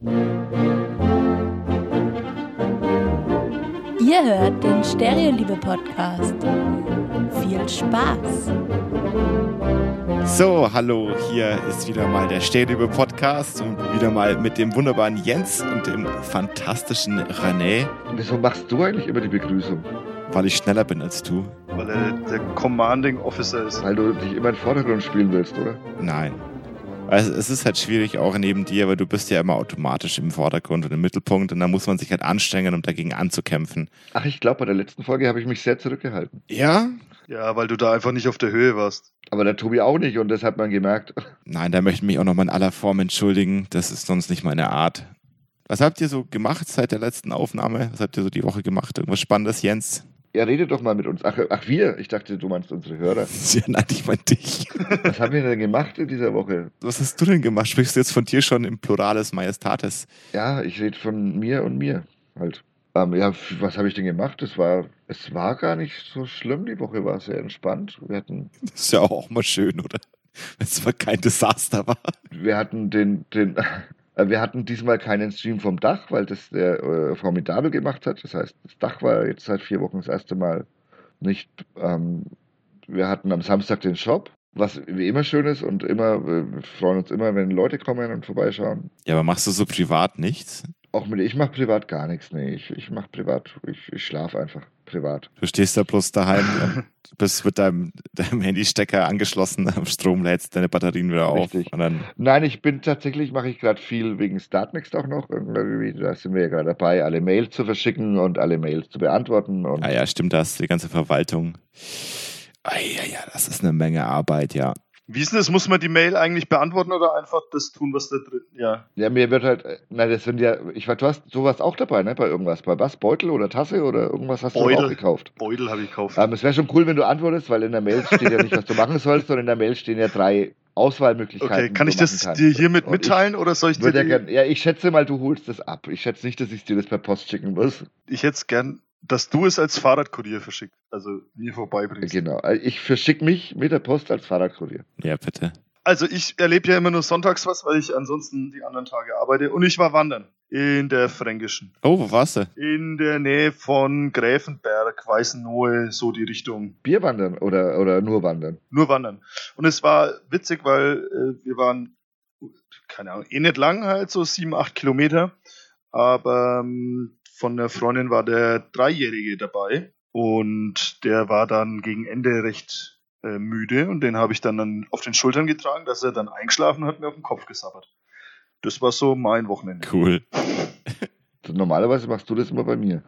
Ihr hört den Stereoliebe-Podcast. Viel Spaß! So, hallo, hier ist wieder mal der Stereoliebe-Podcast und wieder mal mit dem wunderbaren Jens und dem fantastischen René. Wieso machst du eigentlich immer die Begrüßung? Weil ich schneller bin als du. Weil er der Commanding Officer ist. Weil du dich immer in den Vordergrund spielen willst, oder? Nein. Also es ist halt schwierig auch neben dir, weil du bist ja immer automatisch im Vordergrund und im Mittelpunkt und da muss man sich halt anstrengen, um dagegen anzukämpfen. Ach, ich glaube, bei der letzten Folge habe ich mich sehr zurückgehalten. Ja? Ja, weil du da einfach nicht auf der Höhe warst. Aber der Tobi auch nicht und das hat man gemerkt. Nein, da möchte ich mich auch nochmal in aller Form entschuldigen. Das ist sonst nicht meine Art. Was habt ihr so gemacht seit der letzten Aufnahme? Was habt ihr so die Woche gemacht? Irgendwas Spannendes, Jens? Ja, redet doch mal mit uns. Ach, wir. Ich dachte, du meinst unsere Hörer. Ja, nein, ich meine dich. Was haben wir denn gemacht in dieser Woche? Was hast du denn gemacht? Sprichst du jetzt von dir schon im Pluralis Majestatis? Ja, ich rede von mir und mir halt. Ja, was habe ich denn gemacht? Es war gar nicht so schlimm. Die Woche war sehr entspannt. Das ist ja auch mal schön, oder? Wenn es mal kein Desaster war. Wir hatten wir hatten diesmal keinen Stream vom Dach, weil das der Formidable gemacht hat. Das heißt, das Dach war jetzt seit 4 Wochen das erste Mal nicht. Wir hatten am Samstag den Shop, was wie immer schön ist und wir freuen uns immer, wenn Leute kommen und vorbeischauen. Ja, aber machst du so privat nichts? Ich mache privat gar nichts. Nee, ich mache privat. Ich schlafe einfach privat. Du stehst da bloß daheim und bist mit deinem Handystecker angeschlossen, am Strom lädst deine Batterien wieder auf. Richtig. Und dann Nein, mache ich gerade viel wegen Startnext auch noch. Da sind wir ja gerade dabei, alle Mails zu verschicken und alle Mails zu beantworten. Und ja, stimmt, da hast du die ganze Verwaltung. Ja, das ist eine Menge Arbeit, ja. Wie ist denn das? Muss man die Mail eigentlich beantworten oder einfach das tun, was da drin... Ja, mir wird halt, das sind ja, du hast sowas auch dabei, ne, bei irgendwas. Bei was? Beutel oder Tasse oder irgendwas hast du auch gekauft? Beutel habe ich gekauft. Es wäre schon cool, wenn du antwortest, weil in der Mail steht ja nicht, was du machen sollst, sondern in der Mail stehen ja 3 Auswahlmöglichkeiten. Okay, kann ich das dir hiermit mitteilen oder soll ich dir ich schätze mal, du holst das ab. Ich schätze nicht, dass ich dir das per Post schicken muss. Ich hätte es gern, dass du es als Fahrradkurier verschickst, also mir vorbeibringst. Genau, ich verschicke mich mit der Post als Fahrradkurier. Ja, bitte. Also ich erlebe ja immer nur sonntags was, weil ich ansonsten die anderen Tage arbeite. Und ich war wandern in der Fränkischen. Oh, wo warst du? In der Nähe von Gräfenberg, Weißenlohe, so die Richtung. Bierwandern oder nur wandern? Nur wandern. Und es war witzig, weil wir waren, keine Ahnung, nicht lang halt, so 7, 8 Kilometer. Aber von der Freundin war der 3-Jährige dabei. Und der war dann gegen Ende recht müde und den habe ich dann auf den Schultern getragen, dass er dann eingeschlafen hat und mir auf den Kopf gesabbert. Das war so mein Wochenende. Cool. Normalerweise machst du das immer bei mir.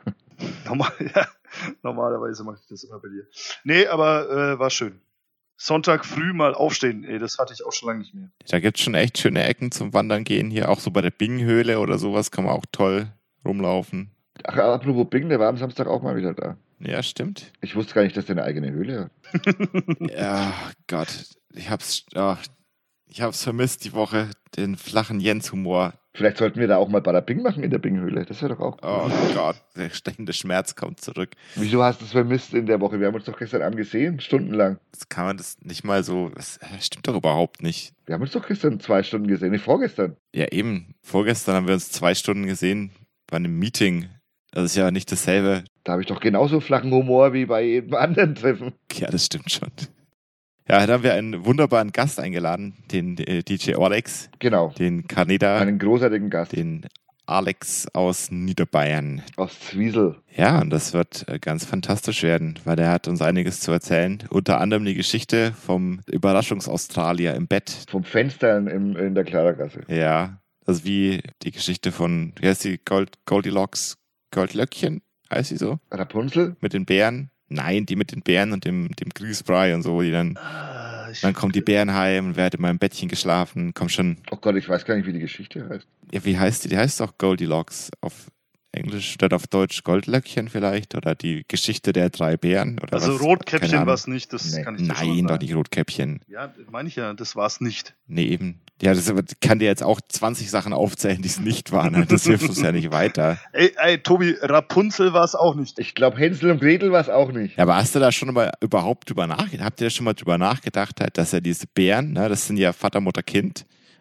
Normalerweise mache ich das immer bei dir. Nee, aber war schön. Sonntag früh mal aufstehen, das hatte ich auch schon lange nicht mehr. Da gibt es schon echt schöne Ecken zum Wandern gehen hier. Auch so bei der Bing-Höhle oder sowas kann man auch toll rumlaufen. Ach, apropos Bing, der war am Samstag auch mal wieder da. Ja, stimmt. Ich wusste gar nicht, dass der eine eigene Höhle hat. Ja, Gott. Ich hab's vermisst die Woche, den flachen Jens-Humor. Vielleicht sollten wir da auch mal Bada Bing machen in der Bing-Höhle. Das wäre doch auch cool. Oh Gott, der stechende Schmerz kommt zurück. Wieso hast du es vermisst in der Woche? Wir haben uns doch gestern Abend gesehen, stundenlang. Das kann man das nicht mal so... Das stimmt doch überhaupt nicht. Wir haben uns doch gestern 2 Stunden gesehen. Nee, vorgestern. Ja, eben. Vorgestern haben wir uns 2 Stunden gesehen bei einem Meeting. Das ist ja nicht dasselbe. Da habe ich doch genauso flachen Humor wie bei jedem anderen Treffen. Ja, das stimmt schon. Ja, da haben wir einen wunderbaren Gast eingeladen, den DJ Alex. Genau. Den Kaneda. Einen großartigen Gast. Den Alex aus Niederbayern. Aus Zwiesel. Ja, und das wird ganz fantastisch werden, weil der hat uns einiges zu erzählen. Unter anderem die Geschichte vom Überraschungsaustralier im Bett. Vom Fenster in der Klarergasse. Ja, also wie die Geschichte von, wie heißt die, Goldilocks, Goldlöckchen, heißt sie so? Rapunzel? Mit den Bären? Nein, die mit den Bären und dem Grießbrei und so, die dann kommen die Bären heim und wer hat in meinem Bettchen geschlafen, komm schon. Oh Gott, ich weiß gar nicht, wie die Geschichte heißt. Ja, wie heißt die? Die heißt doch Goldilocks auf Englisch statt auf Deutsch Goldlöckchen vielleicht oder die Geschichte der 3 Bären oder also was? Rotkäppchen war es nicht, das kann ich dir schon Nein, sagen. doch nicht Rotkäppchen. Ja, meine ich ja, das war es nicht. Nee, eben. Ja, das kann dir jetzt auch 20 Sachen aufzählen, die es nicht waren. Das hilft uns ja nicht weiter. Ey, Tobi, Rapunzel war es auch nicht. Ich glaube, Hänsel und Gretel war es auch nicht. Ja, aber hast du da schon mal überhaupt drüber nachgedacht? Habt ihr da schon mal drüber nachgedacht, halt, dass ja diese Bären, ne, das sind ja Vater, Mutter, Kind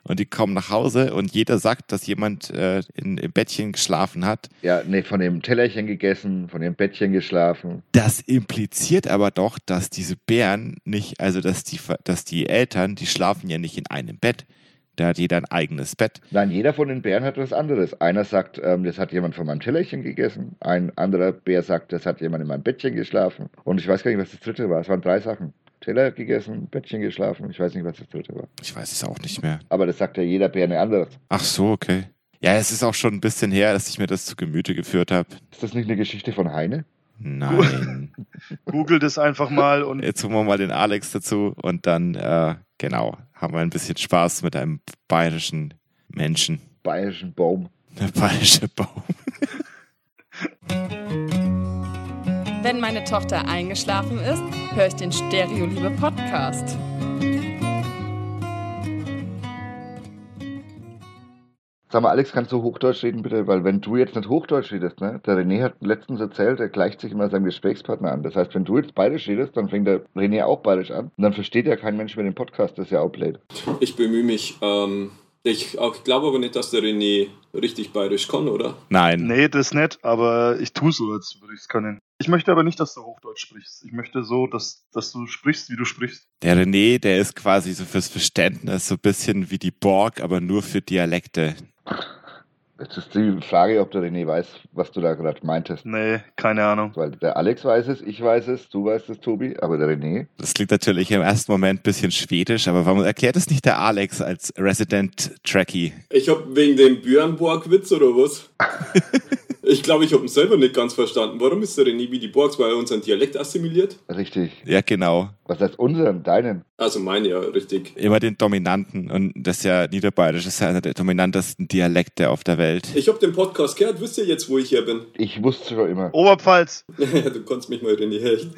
und die kommen nach Hause und jeder sagt, dass jemand im Bettchen geschlafen hat. Ja, nee, von dem Tellerchen gegessen, von dem Bettchen geschlafen. Das impliziert aber doch, dass diese Bären nicht, also dass die Eltern, die schlafen ja nicht in einem Bett. Da hat jeder ein eigenes Bett. Nein, jeder von den Bären hat was anderes. Einer sagt, das hat jemand von meinem Tellerchen gegessen. Ein anderer Bär sagt, das hat jemand in meinem Bettchen geschlafen. Und ich weiß gar nicht, was das dritte war. Es waren 3 Sachen. Teller gegessen, Bettchen geschlafen. Ich weiß nicht, was das dritte war. Ich weiß es auch nicht mehr. Aber das sagt ja jeder Bär eine anderes. Ach so, okay. Ja, es ist auch schon ein bisschen her, dass ich mir das zu Gemüte geführt habe. Ist das nicht eine Geschichte von Heine? Nein. Google das einfach mal und Jetzt holen wir mal den Alex dazu und dann, genau, haben wir ein bisschen Spaß mit einem bayerischen Menschen. Bayerischen Baum. Der bayerische Baum. Wenn meine Tochter eingeschlafen ist, höre ich den Stereo-Liebe-Podcast. Sag mal, Alex, kannst du Hochdeutsch reden, bitte? Weil wenn du jetzt nicht Hochdeutsch redest, ne? Der René hat letztens erzählt, er gleicht sich immer seinem Gesprächspartner an. Das heißt, wenn du jetzt Bayerisch redest, dann fängt der René auch Bayerisch an. Und dann versteht ja kein Mensch mehr den Podcast, das ist ja auch blöd. Ich bemühe mich. Ich glaube aber nicht, dass der René richtig Bayerisch kann, oder? Nein. nee, das nicht, aber ich tue so, als würde ich es können. Ich möchte aber nicht, dass du Hochdeutsch sprichst. Ich möchte so, dass du sprichst, wie du sprichst. Der René, der ist quasi so fürs Verständnis so ein bisschen wie die Borg, aber nur für Dialekte. Jetzt ist die Frage, ob der René weiß, was du da gerade meintest. Nee, keine Ahnung. Weil der Alex weiß es, ich weiß es, du weißt es, Tobi, aber der René... Das klingt natürlich im ersten Moment ein bisschen schwedisch, aber warum erklärt es nicht der Alex als Resident Trekkie? Ich hab wegen dem Björn-Borg-Witz oder was? Ich glaube, ich habe ihn selber nicht ganz verstanden. Warum ist der René wie die Borgs? Weil er unseren Dialekt assimiliert? Richtig. Ja, genau. Was heißt unseren, deinen? Also meine ja, richtig. Immer den Dominanten. Und das ist ja Niederbayerisch, das ist ja einer der dominantesten Dialekte auf der Welt. Ich habe den Podcast gehört. Wisst ihr jetzt, wo ich hier bin? Ich wusste schon immer. Oberpfalz. Du kannst mich mal, René, echt.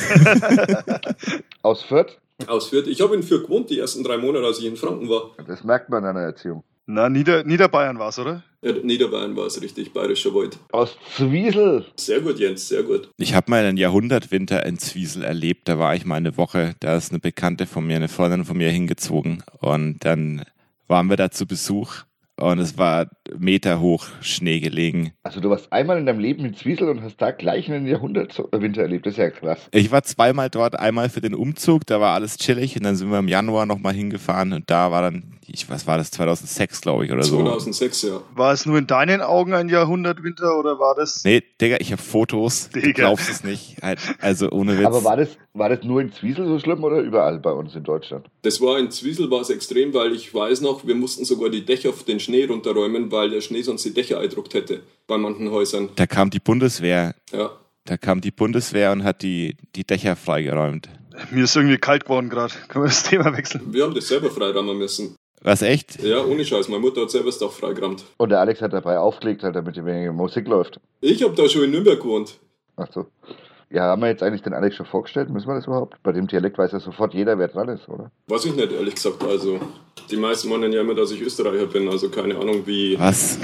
Aus Fürth? Aus Fürth. Ich habe in Fürth gewohnt, die ersten 3 Monate, als ich in Franken war. Das merkt man an der Erziehung. Na, Niederbayern war's, oder? Ja, Niederbayern war es richtig, bayerischer Wald. Aus Zwiesel. Sehr gut, Jens, sehr gut. Ich habe mal einen Jahrhundertwinter in Zwiesel erlebt. Da war ich mal eine Woche. Da ist eine Bekannte von mir, eine Freundin von mir hingezogen. Und dann waren wir da zu Besuch. Und es war meterhoch Schnee gelegen. Also du warst einmal in deinem Leben in Zwiesel und hast da gleich einen Jahrhundertwinter erlebt. Das ist ja krass. Ich war 2-mal dort, einmal für den Umzug, da war alles chillig. Und dann sind wir im Januar nochmal hingefahren. Und da war dann, was war das, 2006, glaube ich, oder so. 2006, ja. War es nur in deinen Augen ein Jahrhundertwinter oder war das... Nee, Digga, ich habe Fotos. Du Digga. glaubst es nicht. Also ohne Witz. Aber war das nur in Zwiesel so schlimm oder überall bei uns in Deutschland? Das war in Zwiesel war es extrem, weil ich weiß noch, wir mussten sogar die Dächer auf den Schnee runterräumen, weil der Schnee sonst die Dächer eindruckt hätte bei manchen Häusern. Da kam die Bundeswehr. Ja. Da kam die Bundeswehr und hat die Dächer freigeräumt. Mir ist irgendwie kalt geworden gerade. Können wir das Thema wechseln? Wir haben das selber freiräumen müssen. Was, echt? Ja, ohne Scheiß. Meine Mutter hat selber das Dach freigeräumt. Und der Alex hat dabei aufgelegt, halt, damit die weniger Musik läuft. Ich habe da schon in Nürnberg gewohnt. Ach so. Ja, haben wir jetzt eigentlich den Alex schon vorgestellt? Müssen wir das überhaupt? Bei dem Dialekt weiß ja sofort jeder, wer dran ist, oder? Weiß ich nicht, ehrlich gesagt. Also, die meisten meinen ja immer, dass ich Österreicher bin. Also, keine Ahnung, wie... Was?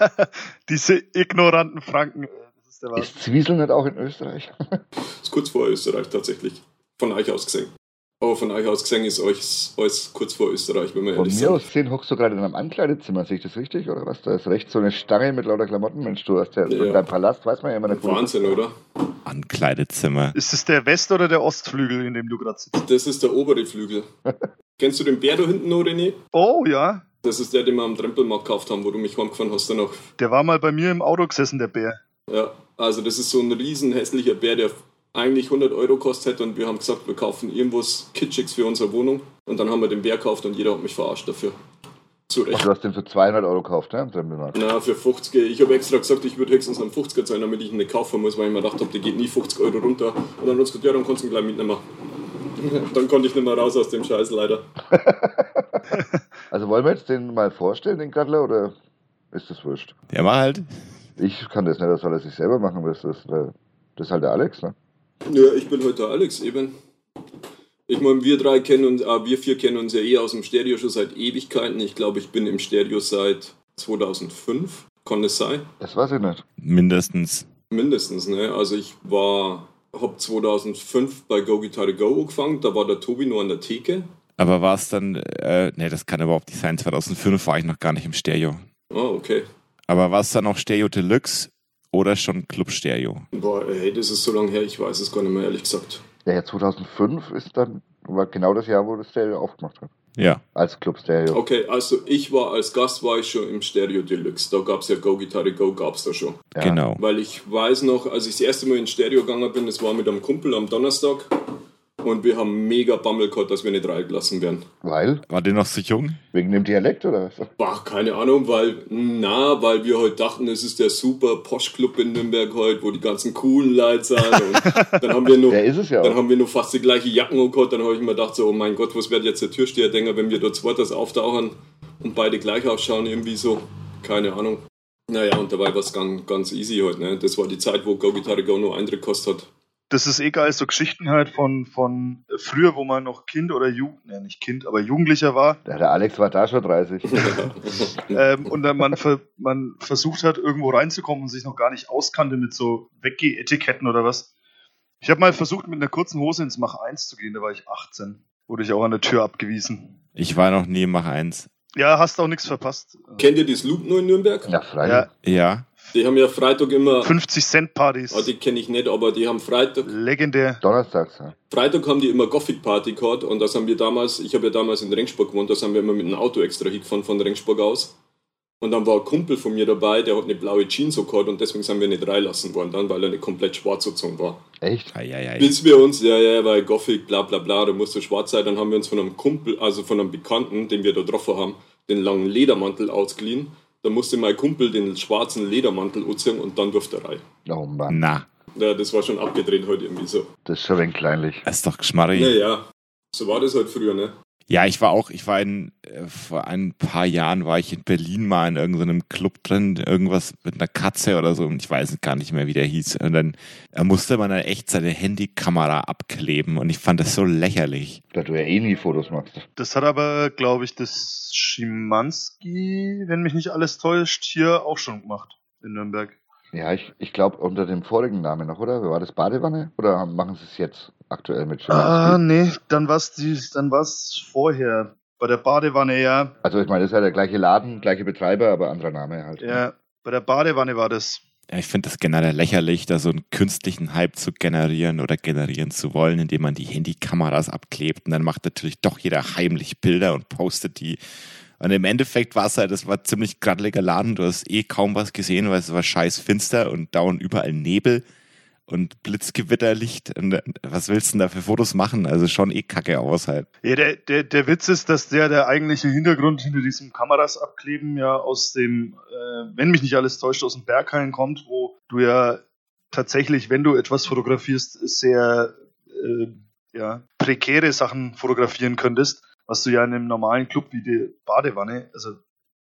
Diese ignoranten Franken. Das ist der Ist Zwiesel nicht auch in Österreich? ist kurz vor Österreich tatsächlich. Von euch aus gesehen. Aber von euch aus gesehen ist euch alles kurz vor Österreich, wenn wir Von ehrlich mir sind. aus gesehen hockst du gerade in einem Ankleidezimmer, sehe ich das richtig, oder was? Da ist rechts so eine Stange mit lauter Klamotten. Mensch, du hast ja Ja. in deinem Palast, weiß man ja immer nicht, wo du Wahnsinn, oder? Ankleidezimmer. Ist es der West- oder der Ostflügel, in dem du gerade sitzt? Das ist der obere Flügel. Kennst du den Bär da hinten noch, René? Oh ja, Das ist der, den wir am Trempelmarkt gekauft haben, wo du mich heimgefahren hast danach. der war mal bei mir im Auto gesessen, der Bär. Ja, also das ist so ein riesen hässlicher Bär, der eigentlich 100 Euro kostet hätte und wir haben gesagt, wir kaufen irgendwas Kitschiges für unsere Wohnung und dann haben wir den Bär gekauft und jeder hat mich verarscht dafür. Zu Ach, Recht. du hast den für 200 Euro gekauft, ne? Im Trempelmarkt. Na, für 50. Ich habe extra gesagt, ich würde höchstens einen 50er zahlen, damit ich ihn nicht kaufen muss, weil ich mir gedacht habe, der geht nie 50 Euro runter. Und dann hat uns gesagt, ja, dann kannst du ihn gleich mitnehmen. Dann konnte ich nicht mehr raus aus dem Scheiß, leider. Also wollen wir jetzt den mal vorstellen, den Gattler, oder ist das wurscht? Der war halt. Ich kann das nicht, das soll er sich selber machen, das ist halt der Alex, ne? Ja, ich bin heute der Alex eben. Ich meine, wir 4 kennen uns ja eh aus dem Stereo schon seit Ewigkeiten. Ich glaube, ich bin im Stereo seit 2005. Kann das sein? Das weiß ich nicht. Mindestens. Mindestens, ne? Also ich habe 2005 bei Go Gitarre Go angefangen. Da war der Tobi nur an der Theke. Aber war es dann, das kann überhaupt nicht sein, 2005 war ich noch gar nicht im Stereo. Oh, okay. Aber war es dann auch Stereo Deluxe oder schon Club Stereo? Boah, hey, das ist so lange her, ich weiß es gar nicht mehr, ehrlich gesagt. Ja, 2005 war genau das Jahr, wo das Stereo aufgemacht hat. Ja. Als Club Stereo. Okay, also als Gast war ich schon im Stereo Deluxe. Da gab es ja Go Gitarre Go, gab es da schon. Ja. Genau. Weil ich weiß noch, als ich das erste Mal ins Stereo gegangen bin, das war mit einem Kumpel am Donnerstag. Und wir haben mega Bammel gehabt, dass wir nicht reingelassen werden. Weil? War der noch so jung? Wegen dem Dialekt oder was? Boah, keine Ahnung, weil wir heute dachten, es ist der super Posch-Club in Nürnberg heute, wo die ganzen coolen Leute sind. Und dann haben wir nur, Der ist es ja auch. Dann haben wir nur fast die gleiche Jacken gehabt. Dann habe ich mir gedacht, so, oh mein Gott, was wird jetzt der Türsteher denken, wenn wir dort zweites auftauchen und beide gleich ausschauen, irgendwie so. Keine Ahnung. Naja, und dabei war es ganz easy heute. Ne? Das war die Zeit, wo Go Gitarre Go nur Eintritt gekostet hat. Das ist geil, so Geschichten halt von früher, wo man noch Kind oder nicht Kind, aber Jugendlicher war. Der Alex war da schon 30. Und dann man versucht hat, irgendwo reinzukommen und sich noch gar nicht auskannte mit so Weggeh-Etiketten oder was. Ich habe mal versucht, mit einer kurzen Hose ins Mach 1 zu gehen, da war ich 18. Wurde ich auch an der Tür abgewiesen. Ich war noch nie im Mach 1. Ja, hast auch nichts verpasst. Kennt ihr das Loop nur in Nürnberg? Ja, frei. Ja, Ja. Die haben ja Freitag immer... 50-Cent-Partys. Die kenne ich nicht, aber die haben Freitag Legendär. Donnerstags, ja. Freitag haben die immer Gothic-Party gehabt und das haben wir damals, ich habe ja damals in Regensburg gewohnt, das haben wir immer mit einem Auto extra hingefahren von Regensburg aus. Und dann war ein Kumpel von mir dabei, der hat eine blaue Jeans so gehabt und deswegen sind wir nicht reinlassen worden dann, weil er nicht komplett schwarz gezogen war. Echt? Eieiei. Bis wir uns, weil Gothic, bla bla bla, da musste schwarz sein, dann haben wir uns von einem Kumpel, also von einem Bekannten, den wir da getroffen haben, den langen Ledermantel ausgeliehen. Da musste mein Kumpel den schwarzen Ledermantel anziehen und dann durfte er rein. Oh Mann. Na, Ja, das war schon abgedreht heute irgendwie so. Das ist schon ein wenig kleinlich. das ist doch geschmarrig. Naja, so war das halt früher, ne? Ja, vor ein paar Jahren war ich in Berlin mal in irgendeinem Club drin, irgendwas mit einer Katze oder so, und ich weiß gar nicht mehr, wie der hieß. Und dann musste man dann echt seine Handykamera abkleben und ich fand das so lächerlich. Da du ja eh nie Fotos machst. Das hat aber, glaube ich, das Schimanski, wenn mich nicht alles täuscht, hier auch schon gemacht in Nürnberg. Ja, ich glaube unter dem vorigen Namen noch, oder? War das Badewanne? Oder machen sie es jetzt aktuell mit Schimanski? Nee, dann war's vorher. Bei der Badewanne, ja. Also ich meine, das ist ja der gleiche Laden, gleiche Betreiber, aber anderer Name halt. Ja, bei der Badewanne war das. Ja, ich finde das generell lächerlich, da so einen künstlichen Hype zu generieren oder generieren zu wollen, indem man die Handykameras abklebt und dann macht natürlich doch jeder heimlich Bilder und postet die. Und im Endeffekt war es halt, das war ziemlich gratteliger Laden, du hast kaum was gesehen, weil es war scheiß finster und dauernd überall Nebel und Blitzgewitterlicht. Und was willst du denn da für Fotos machen? Also schon kacke aus halt. Ja, der Witz ist, dass der eigentliche Hintergrund hinter diesem Kameras abkleben ja aus dem, wenn mich nicht alles täuscht, aus dem Berghain kommt, wo du ja tatsächlich, wenn du etwas fotografierst, sehr prekäre Sachen fotografieren könntest, was du ja in einem normalen Club wie die Badewanne, also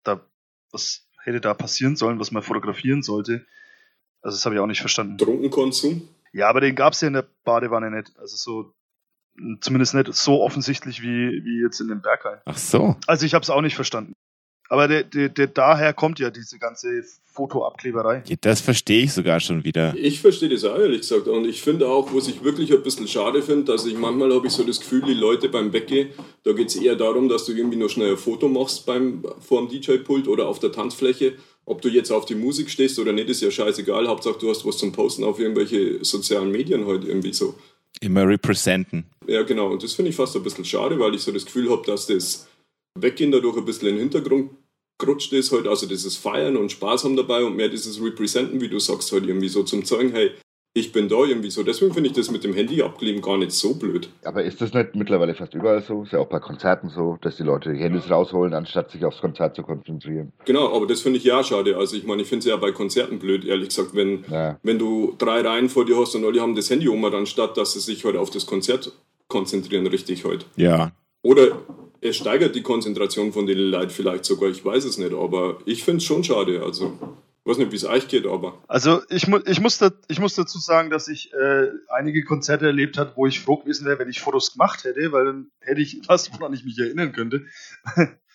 was hätte da passieren sollen, was man fotografieren sollte. Also das habe ich auch nicht verstanden. Trunkenkonsum? Ja, aber den gab es ja in der Badewanne nicht. Also so, zumindest nicht so offensichtlich wie jetzt in dem Berghain. Ach so. Also ich habe es auch nicht verstanden. Aber daher kommt ja diese ganze Fotoabkleberei. Ja, das verstehe ich sogar schon wieder. Ich verstehe das auch, ehrlich gesagt. Und ich finde auch, was ich wirklich ein bisschen schade finde, dass manchmal habe ich so das Gefühl, die Leute beim Weggehen, da geht es eher darum, dass du irgendwie noch schnell ein Foto machst vor dem DJ-Pult oder auf der Tanzfläche. Ob du jetzt auf die Musik stehst oder nicht, ist ja scheißegal. Hauptsache, du hast was zum Posten auf irgendwelche sozialen Medien heute irgendwie so. Immer representen. Ja, genau. Und das finde ich fast ein bisschen schade, weil ich so das Gefühl habe, dass das Weggehen dadurch ein bisschen in den Hintergrund gerutscht ist. Halt. Also dieses Feiern und Spaß haben dabei und mehr dieses Representen, wie du sagst, halt irgendwie so zum Zeigen, hey, ich bin da irgendwie so. Deswegen finde ich das mit dem Handy abkleben gar nicht so blöd. Aber ist das nicht mittlerweile fast überall so? Ist ja auch bei Konzerten so, dass die Leute die Handys rausholen, anstatt sich aufs Konzert zu konzentrieren. Genau, aber das finde ich ja schade. Also ich meine, ich finde es ja bei Konzerten blöd, ehrlich gesagt, wenn du 3 Reihen vor dir hast und alle haben das Handy um, anstatt dass sie sich halt auf das Konzert konzentrieren, richtig halt. Ja. Oder es steigert die Konzentration von den Leuten vielleicht sogar, ich weiß es nicht, aber ich finde es schon schade. Also ich weiß nicht, wie es euch geht, aber... Also ich muss dazu sagen, dass ich einige Konzerte erlebt habe, wo ich froh gewesen wäre, wenn ich Fotos gemacht hätte, weil dann hätte ich was, woran ich mich erinnern könnte.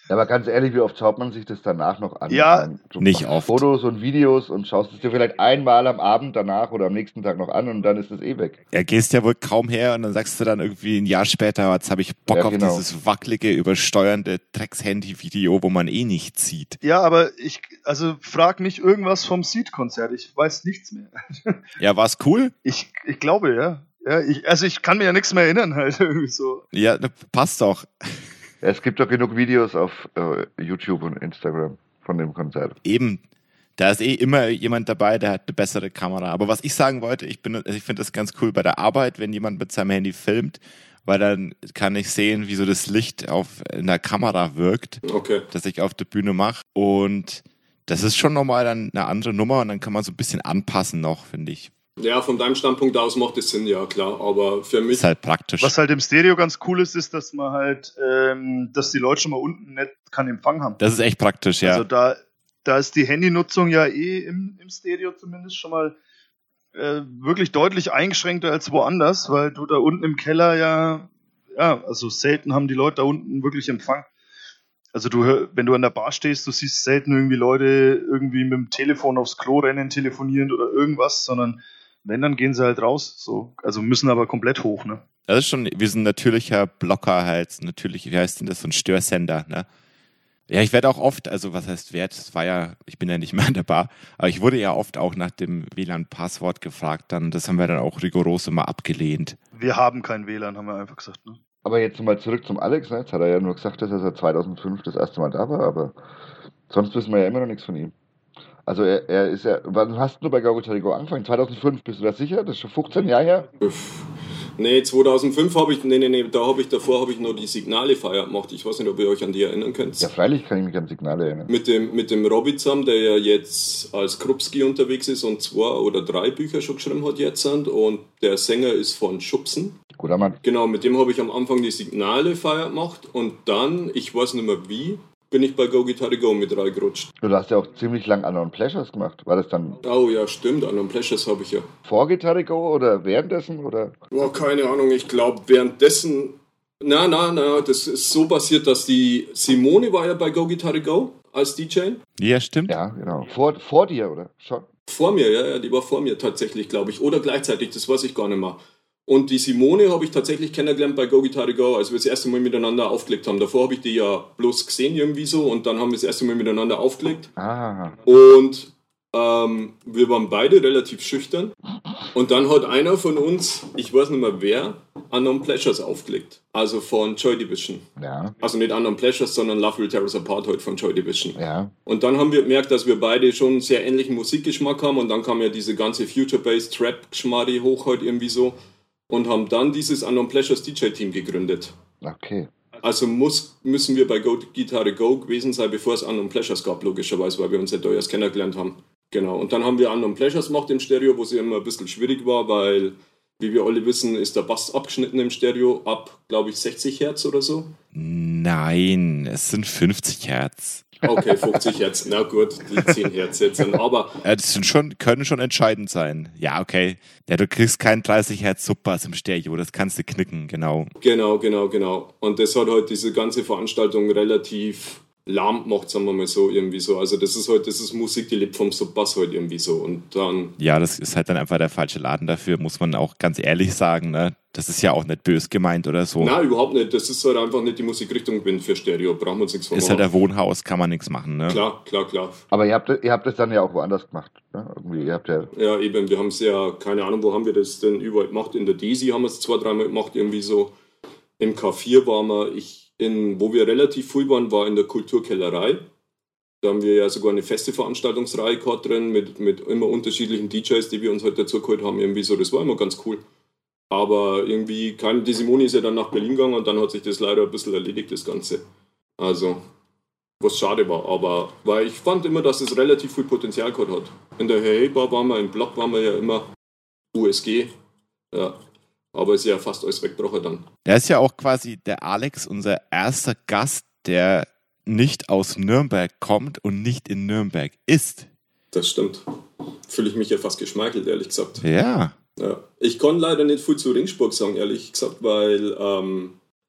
Ja, aber ganz ehrlich, wie oft schaut man sich das danach noch an? Ja, Ich meine, du Nicht machst oft. Fotos und Videos und schaust es dir vielleicht einmal am Abend danach oder am nächsten Tag noch an und dann ist es eh weg. Ja, gehst ja wohl kaum her und dann sagst du dann irgendwie ein Jahr später, jetzt habe ich Bock Ja, auf genau. dieses wackelige, übersteuernde Drecks-Handy-Video, wo man eh nichts sieht. Ja, aber frag mich irgendwas vom Seed-Konzert. Ich weiß nichts mehr. Ja, war's cool? Ich glaube, ja. Ich kann mir ja nichts mehr erinnern, halt irgendwie so. Ja, passt doch. Es gibt doch genug Videos auf YouTube und Instagram von dem Konzert. Eben, da ist eh immer jemand dabei, der hat eine bessere Kamera. Aber was ich sagen wollte, ich finde das ganz cool bei der Arbeit, wenn jemand mit seinem Handy filmt, weil dann kann ich sehen, wie so das Licht in der Kamera wirkt, Okay. das ich auf der Bühne mache. Und das ist schon nochmal dann eine andere Nummer und dann kann man so ein bisschen anpassen noch, finde ich. Ja, von deinem Standpunkt aus macht es Sinn, ja klar. Aber für mich, Ist halt praktisch. Was halt im Stereo ganz cool ist, dass man halt, dass die Leute schon mal unten nicht keinen Empfang haben. Das ist echt praktisch, ja. Also da ist die Handynutzung ja im Stereo zumindest schon mal wirklich deutlich eingeschränkter als woanders, weil du da unten im Keller also selten haben die Leute da unten wirklich Empfang. Also wenn du an der Bar stehst, du siehst selten irgendwie Leute irgendwie mit dem Telefon aufs Klo rennen, telefonieren oder irgendwas, sondern wenn, dann gehen sie halt raus. So. Also müssen aber komplett hoch, ne? Das ist schon, wir sind ein natürlicher Blocker halt, natürlich, wie heißt denn das, so ein Störsender, ne? Ja, ich werde auch oft, also was heißt ich bin ja nicht mehr an der Bar, aber ich wurde ja oft auch nach dem WLAN-Passwort gefragt, das haben wir dann auch rigoros immer abgelehnt. Wir haben kein WLAN, haben wir einfach gesagt, ne? Aber jetzt mal zurück zum Alex. Ne? Jetzt hat er ja nur gesagt, dass er seit 2005 das erste Mal da war, aber sonst wissen wir ja immer noch nichts von ihm. Also er ist ja, wann hast du bei Gaugotarigo angefangen? 2005, bist du da sicher? Das ist schon 15 Jahre her? nee, 2005 davor habe ich nur die Signale-Feier gemacht. Ich weiß nicht, ob ihr euch an die erinnern könnt. Ja, freilich kann ich mich an Signale erinnern. Mit dem Robby zusammen, der ja jetzt als Krupski unterwegs ist und 2 oder 3 Bücher schon geschrieben hat jetzt. Und der Sänger ist von Schubsen. Guter Mann. Genau, mit dem habe ich am Anfang die Signale-Feier gemacht und dann, ich weiß nicht mehr wie, bin ich bei Go Guitar Go mit reingerutscht. Du hast ja auch ziemlich lang Unknown Pleasures gemacht. War das dann Oh ja, stimmt, Unknown Pleasures habe ich ja. vor Guitar Go oder währenddessen? Oder? Oh, keine Ahnung, ich glaube währenddessen, das ist so passiert, dass die Simone war ja bei Go Guitar Go als DJ. Ja, stimmt. Ja, genau. Vor dir, oder? Schon? Vor mir, ja, die war vor mir tatsächlich, glaube ich. Oder gleichzeitig, das weiß ich gar nicht mehr. Und die Simone habe ich tatsächlich kennengelernt bei Go Guitar Go, als wir das erste Mal miteinander aufgelegt haben. Davor habe ich die ja bloß gesehen irgendwie so und dann haben wir das erste Mal miteinander aufgelegt. Ah, Und wir waren beide relativ schüchtern. Und dann hat einer von uns, ich weiß nicht mehr wer, Unknown Pleasures aufgelegt. Also von Joy Division. ja, Also nicht Unknown Pleasures, sondern Love Will Tear Us Apart halt von Joy Division. ja. Und dann haben wir gemerkt, dass wir beide schon sehr ähnlichen Musikgeschmack haben und dann kam ja diese ganze Future-Based Trap-Geschmarri hoch halt irgendwie so und haben dann dieses Unknown Pleasures DJ-Team gegründet. Okay. Also müssen wir bei Go Guitar Go gewesen sein, bevor es Unknown Pleasures gab, logischerweise, weil wir uns ja da erst kennengelernt haben. Genau, und dann haben wir Unknown Pleasures gemacht im Stereo, wo es ja immer ein bisschen schwierig war, weil, wie wir alle wissen, ist der Bass abgeschnitten im Stereo ab, glaube ich, 60 Hertz oder so. Nein, es sind 50 Hertz. Okay, 50 Hertz, na gut, die 10 Hertz jetzt sind, aber Das können schon entscheidend sein. Ja, okay. Ja, du kriegst keinen 30 Hertz Subbass im Stereo, das kannst du knicken, genau. Genau. Und das hat halt diese ganze Veranstaltung relativ lahm gemacht, sagen wir mal so, irgendwie so. Also das ist Musik, die lebt vom Subbass halt irgendwie so. Und dann, Ja, das ist halt dann einfach der falsche Laden dafür, muss man auch ganz ehrlich sagen, ne? Das ist ja auch nicht bös gemeint oder so. nein, überhaupt nicht. Das ist halt einfach nicht die Musikrichtung für Stereo. Brauchen wir uns nichts Ist vormachen. halt der Wohnhaus, kann man nichts machen, ne? Klar. Aber ihr habt das dann ja auch woanders gemacht. Ne? Irgendwie, ihr habt ja. Ja, eben, wir haben es ja, keine Ahnung, wo haben wir das denn überall gemacht? In der Desi haben wir es 2-3 Mal gemacht, irgendwie so. Im K4 waren wir, wo wir relativ viel waren, war in der Kulturkellerei. Da haben wir ja sogar eine feste Veranstaltungsreihe gehabt drin, mit immer unterschiedlichen DJs, die wir uns halt dazu geholt haben, irgendwie so. Das war immer ganz cool. Aber irgendwie, die Simone ist ja dann nach Berlin gegangen und dann hat sich das leider ein bisschen erledigt, das Ganze. Also, was schade war, aber, weil ich fand immer, dass es relativ viel Potenzial gehabt hat. In der Hey Bar waren wir, im Block waren wir ja immer USG, ja. Aber ist ja fast alles weggebrochen dann. Der ist ja auch quasi der Alex, unser erster Gast, der nicht aus Nürnberg kommt und nicht in Nürnberg ist. Das stimmt. Fühle ich mich ja fast geschmeichelt, ehrlich gesagt. Ja. Ja. Ich kann leider nicht viel zu Ringsburg sagen, ehrlich gesagt, weil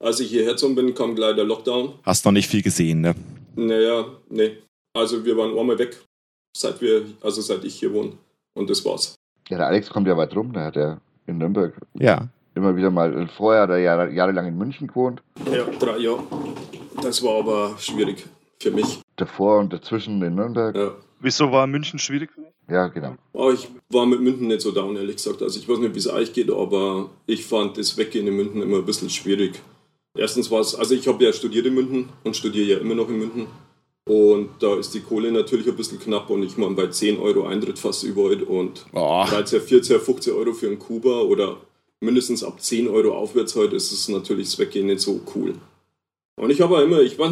Als ich hierher gezogen bin, kam gleich der Lockdown. Hast noch nicht viel gesehen, ne? Naja, nee. Also wir waren einmal weg, seit ich hier wohne. Und das war's. Ja, der Alex kommt ja weit rum, der hat ja in Nürnberg Ja. immer wieder mal, vorher hat er jahrelang in München gewohnt. Ja, 3 Jahre. Das war aber schwierig für mich. Davor und dazwischen in Nürnberg. Ja. Wieso war München schwierig für dich? Ja, genau. Aber ich war mit München nicht so down, ehrlich gesagt. Also ich weiß nicht, wie es euch geht, aber ich fand das Weggehen in München immer ein bisschen schwierig. Erstens war es, also ich habe ja studiert in München und studiere ja immer noch in München. Und da ist die Kohle natürlich ein bisschen knapp und ich meine bei 10 Euro Eintritt fast überall und 13, 14, 15 Euro für einen Kuba oder mindestens ab 10 Euro aufwärts heute ist es natürlich das Weggehen nicht so cool. Und ich habe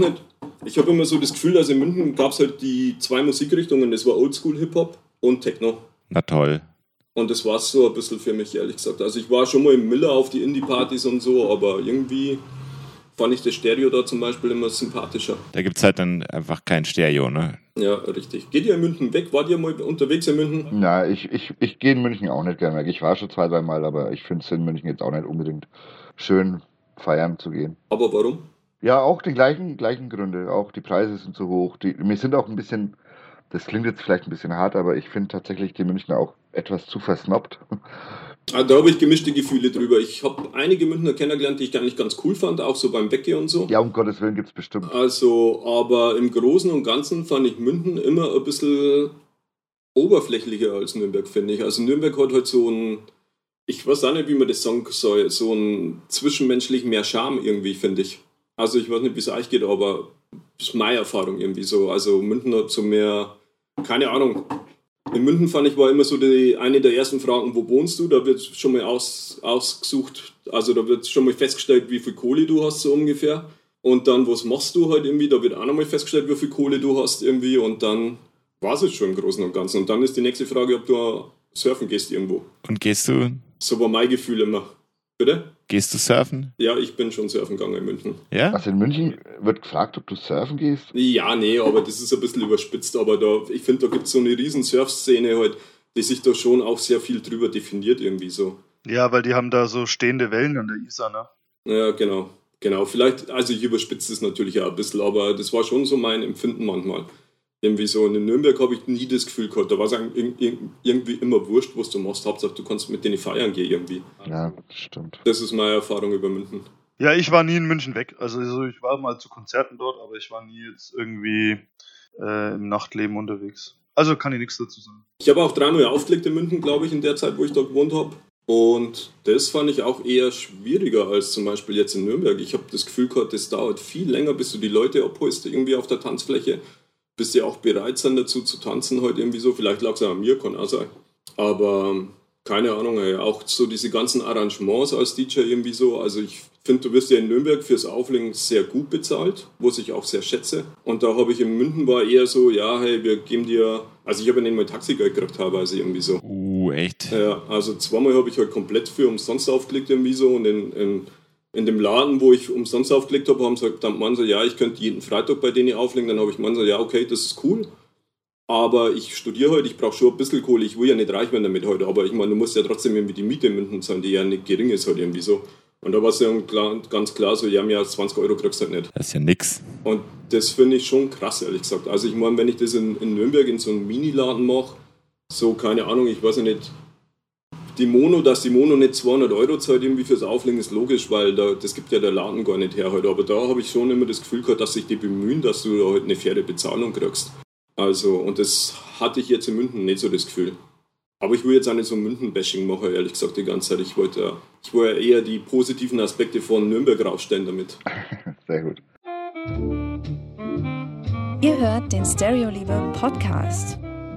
immer so das Gefühl, dass in München gab es halt die 2 Musikrichtungen, das war Oldschool Hip-Hop und Techno. Na toll. Und das war es so ein bisschen für mich, ehrlich gesagt. Also ich war schon mal im Miller auf die Indie-Partys und so, aber irgendwie fand ich das Stereo da zum Beispiel immer sympathischer. Da gibt es halt dann einfach kein Stereo, ne? Ja, richtig. Geht ihr in München weg? Wart ihr mal unterwegs in München? Na, ich gehe in München auch nicht gerne weg. Ich war schon 2-3 Mal, aber ich finde es in München jetzt auch nicht unbedingt schön, feiern zu gehen. Aber warum? Ja, auch die gleichen Gründe. Auch die Preise sind zu hoch. Wir sind auch ein bisschen, das klingt jetzt vielleicht ein bisschen hart, aber ich finde tatsächlich die Münchner auch etwas zu versnobbt. Also da habe ich gemischte Gefühle drüber. Ich habe einige Münchner kennengelernt, die ich eigentlich ganz cool fand, auch so beim Weggehen und so. Ja, um Gottes Willen gibt es bestimmt. Also, aber im Großen und Ganzen fand ich München immer ein bisschen oberflächlicher als Nürnberg, finde ich. Also Nürnberg hat halt so ein, ich weiß auch nicht, wie man das sagen soll, so ein zwischenmenschlich mehr Charme irgendwie, finde ich. Also ich weiß nicht, wie es euch geht, aber das ist meine Erfahrung irgendwie so. Also München hat so mehr, keine Ahnung. In München fand ich, war immer so eine der ersten Fragen, wo wohnst du? Da wird schon mal ausgesucht, also da wird schon mal festgestellt, wie viel Kohle du hast, so ungefähr. Und dann, was machst du halt irgendwie? Da wird auch nochmal festgestellt, wie viel Kohle du hast irgendwie. Und dann war es jetzt schon im Großen und Ganzen. Und dann ist die nächste Frage, ob du surfen gehst irgendwo. Und gehst du mein Gefühl immer. Bitte? Gehst du surfen? Ja, ich bin schon surfen gegangen in München. Ja? Also in München wird gefragt, ob du surfen gehst? Ja, nee, aber das ist ein bisschen überspitzt. Aber ich finde, da gibt es so eine riesen Surf-Szene halt, die sich da schon auch sehr viel drüber definiert irgendwie so. Ja, weil die haben da so stehende Wellen an der Isar, ne? Ja, genau. Vielleicht, also ich überspitze es natürlich auch ein bisschen, aber das war schon so mein Empfinden manchmal. Irgendwie so, und in Nürnberg habe ich nie das Gefühl gehabt, da war es irgendwie immer wurscht, was du machst. Hauptsache, du kannst mit denen feiern gehen irgendwie. Ja, stimmt. Das ist meine Erfahrung über München. Ja, ich war nie in München weg. Also ich war mal zu Konzerten dort, aber ich war nie jetzt irgendwie im Nachtleben unterwegs. Also kann ich nichts dazu sagen. Ich habe auch 3 Mal aufgelegt in München, glaube ich, in der Zeit, wo ich da gewohnt habe. Und das fand ich auch eher schwieriger als zum Beispiel jetzt in Nürnberg. Ich habe das Gefühl gehabt, das dauert viel länger, bis du die Leute abholst irgendwie auf der Tanzfläche. Bis sie auch bereit sind dazu zu tanzen heute irgendwie so. Vielleicht lag es auch an mir, kann auch sein. Aber keine Ahnung, ey. Auch so diese ganzen Arrangements als DJ irgendwie so. Also ich finde, du wirst ja in Nürnberg fürs Auflegen sehr gut bezahlt, was ich auch sehr schätze. Und da habe ich in München war eher so, ja, hey, wir geben dir, also ich habe ja nicht mal Taxigeld gekriegt teilweise irgendwie so. Echt? Ja, also 2-mal habe ich halt komplett für umsonst aufgelegt irgendwie so und in dem Laden, wo ich umsonst aufgelegt habe, haben sie halt dann man so, ja, ich könnte jeden Freitag bei denen auflegen. Dann habe ich man so, ja, okay, das ist cool. Aber ich studiere heute, ich brauche schon ein bisschen Kohle. Ich will ja nicht reich werden damit heute. Aber ich meine, du musst ja trotzdem irgendwie die Miete in München zahlen, die ja nicht gering ist halt irgendwie so. Und da war es ja ganz klar so, ja, mehr als 20 Euro kriegst du halt nicht. Das ist ja nix. Und das finde ich schon krass, ehrlich gesagt. Also ich meine, wenn ich das in Nürnberg in so einem Mini-Laden mache, so, keine Ahnung, ich weiß ja nicht, dass die Mono nicht 200 Euro zahlt irgendwie fürs Auflegen, ist logisch, weil das gibt ja der Laden gar nicht her heute. Aber da habe ich schon immer das Gefühl gehabt, dass sich die bemühen, dass du da halt eine faire Bezahlung kriegst. Also, und das hatte ich jetzt in München nicht so das Gefühl. Aber ich will jetzt auch nicht so München-Bashing machen, ehrlich gesagt, die ganze Zeit. Ich wollte ja eher die positiven Aspekte von Nürnberg rausstellen damit. Sehr gut. Ihr hört den Stereoliebe Podcast.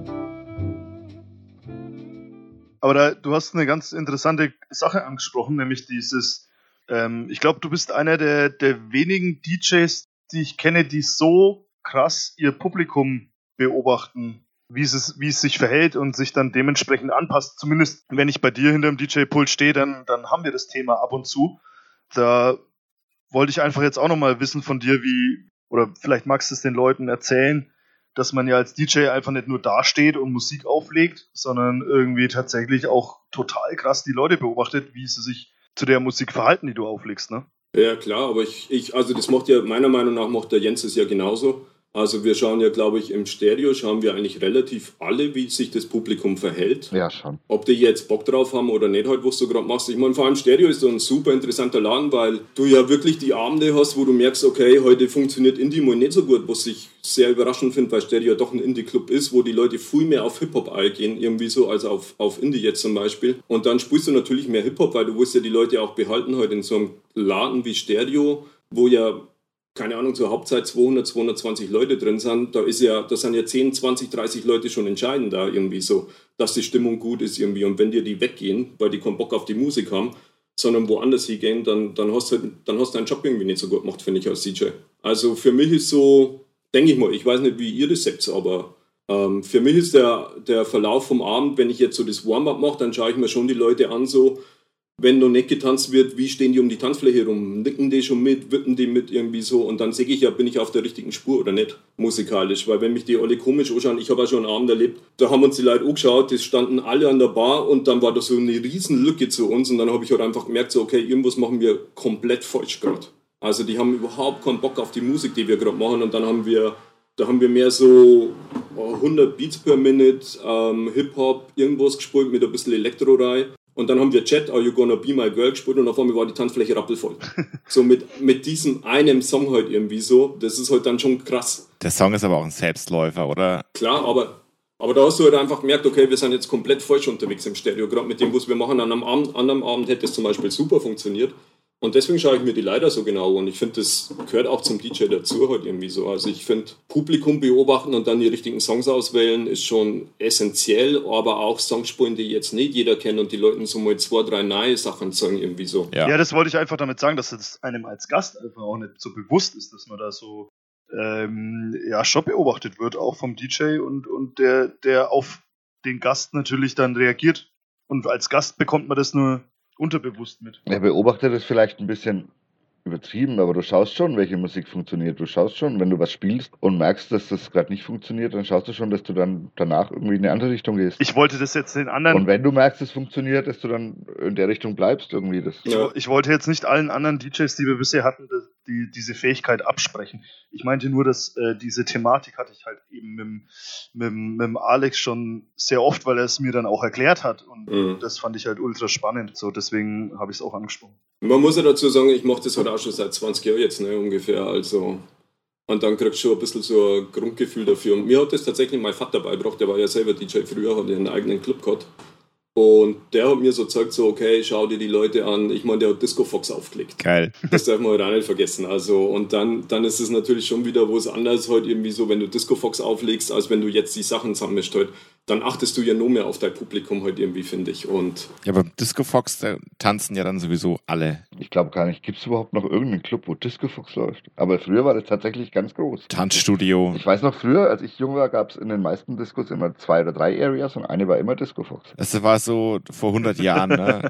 Aber du hast eine ganz interessante Sache angesprochen, nämlich dieses, ich glaube, du bist einer der wenigen DJs, die ich kenne, die so krass ihr Publikum beobachten, wie es sich verhält und sich dann dementsprechend anpasst. Zumindest, wenn ich bei dir hinterm DJ-Pult stehe, dann haben wir das Thema ab und zu. Da wollte ich einfach jetzt auch nochmal wissen von dir, oder vielleicht magst du es den Leuten erzählen, dass man ja als DJ einfach nicht nur dasteht und Musik auflegt, sondern irgendwie tatsächlich auch total krass die Leute beobachtet, wie sie sich zu der Musik verhalten, die du auflegst, ne? Ja, klar, aber also das macht ja, meiner Meinung nach macht der Jens es ja genauso. Also wir schauen ja, glaube ich, im Stereo schauen wir eigentlich relativ alle, wie sich das Publikum verhält. Ja, schon. Ob die jetzt Bock drauf haben oder nicht, halt, was du gerade machst. Ich meine, vor allem Stereo ist so ein super interessanter Laden, weil du ja wirklich die Abende hast, wo du merkst, okay, heute funktioniert Indie mal nicht so gut, was ich sehr überraschend finde, weil Stereo doch ein Indie-Club ist, wo die Leute viel mehr auf Hip-Hop eingehen, irgendwie so, als auf Indie jetzt zum Beispiel. Und dann spielst du natürlich mehr Hip-Hop, weil du willst ja die Leute auch behalten, heute in so einem Laden wie Stereo, wo ja keine Ahnung, zur Hauptzeit 200, 220 Leute drin sind, da sind ja 10, 20, 30 Leute schon entscheidend da irgendwie so, dass die Stimmung gut ist irgendwie. Und wenn dir die weggehen, weil die keinen Bock auf die Musik haben, sondern woanders hingehen, dann hast du deinen Job irgendwie nicht so gut gemacht, finde ich, als DJ. Also für mich ist so, denke ich mal, ich weiß nicht, wie ihr das seht, aber für mich ist der Verlauf vom Abend, wenn ich jetzt so das Warm-up mache, dann schaue ich mir schon die Leute an, so, wenn noch nicht getanzt wird, wie stehen die um die Tanzfläche rum? Nicken die schon mit, wippen die mit irgendwie so? Und dann sehe ich ja, bin ich auf der richtigen Spur oder nicht, musikalisch. Weil wenn mich die alle komisch anschauen, ich habe auch schon einen Abend erlebt, da haben uns die Leute angeschaut, die standen alle an der Bar und dann war da so eine riesen Lücke zu uns und dann habe ich halt einfach gemerkt, so okay, irgendwas machen wir komplett falsch gerade. Also die haben überhaupt keinen Bock auf die Musik, die wir gerade machen und dann haben wir mehr so 100 Beats per Minute, Hip-Hop, irgendwas gespielt mit ein bisschen Elektro-Reihe. Und dann haben wir Chat, Are You Gonna Be My Girl gespielt und auf einmal war die Tanzfläche rappelvoll. So mit diesem einem Song halt irgendwie so, das ist halt dann schon krass. Der Song ist aber auch ein Selbstläufer, oder? Klar, aber da hast du halt einfach gemerkt, okay, wir sind jetzt komplett falsch unterwegs im Stereo, gerade mit dem, was wir machen. An einem anderen Abend hätte es zum Beispiel super funktioniert. Und deswegen schaue ich mir die leider so genau und ich finde, das gehört auch zum DJ dazu halt irgendwie so. Also ich finde, Publikum beobachten und dann die richtigen Songs auswählen ist schon essentiell, aber auch Songs spielen, die jetzt nicht jeder kennt und die Leuten so mal 2, 3 neue Sachen sagen irgendwie so. Ja, das wollte ich einfach damit sagen, dass es einem als Gast einfach auch nicht so bewusst ist, dass man da so schon beobachtet wird, auch vom DJ und der auf den Gast natürlich dann reagiert. Und als Gast bekommt man das nur unterbewusst mit. Er beobachtet es vielleicht ein bisschen übertrieben, aber du schaust schon, welche Musik funktioniert. Du schaust schon, wenn du was spielst und merkst, dass das gerade nicht funktioniert, dann schaust du schon, dass du dann danach irgendwie in eine andere Richtung gehst. Ich wollte das jetzt den anderen... Und wenn du merkst, es funktioniert, dass du dann in der Richtung bleibst irgendwie. Ich wollte jetzt nicht allen anderen DJs, die wir bisher hatten, diese Fähigkeit absprechen. Ich meinte nur, dass diese Thematik hatte ich halt eben mit Alex schon sehr oft, weil er es mir dann auch erklärt hat und das fand ich halt ultra spannend. So, deswegen habe ich es auch angesprochen. Man muss ja dazu sagen, ich mache das halt auch schon seit 20 Jahren jetzt, ne, ungefähr, also und dann kriegst du schon ein bisschen so ein Grundgefühl dafür. Und mir hat das tatsächlich mein Vater beigebracht, der war ja selber DJ früher, hat einen eigenen Club gehabt. Und der hat mir so gesagt, so, okay, schau dir die Leute an. Ich meine, der hat Disco Fox aufgelegt. Geil. Das darf man halt auch nicht vergessen. Also, und dann ist es natürlich schon wieder was anderes halt irgendwie so, wenn du Disco Fox auflegst, als wenn du jetzt die Sachen sammelst halt. Dann achtest du ja nur mehr auf dein Publikum halt irgendwie, finde ich. Und ja, beim Disco Fox, da tanzen ja dann sowieso alle. Ich glaube gar nicht, gibt es überhaupt noch irgendeinen Club, wo Disco Fox läuft? Aber früher war das tatsächlich ganz groß. Tanzstudio. Ich weiß noch, früher, als ich jung war, gab es in den meisten Discos immer 2 oder 3 Areas und eine war immer Disco Fox. Das war so vor 100 Jahren, ne?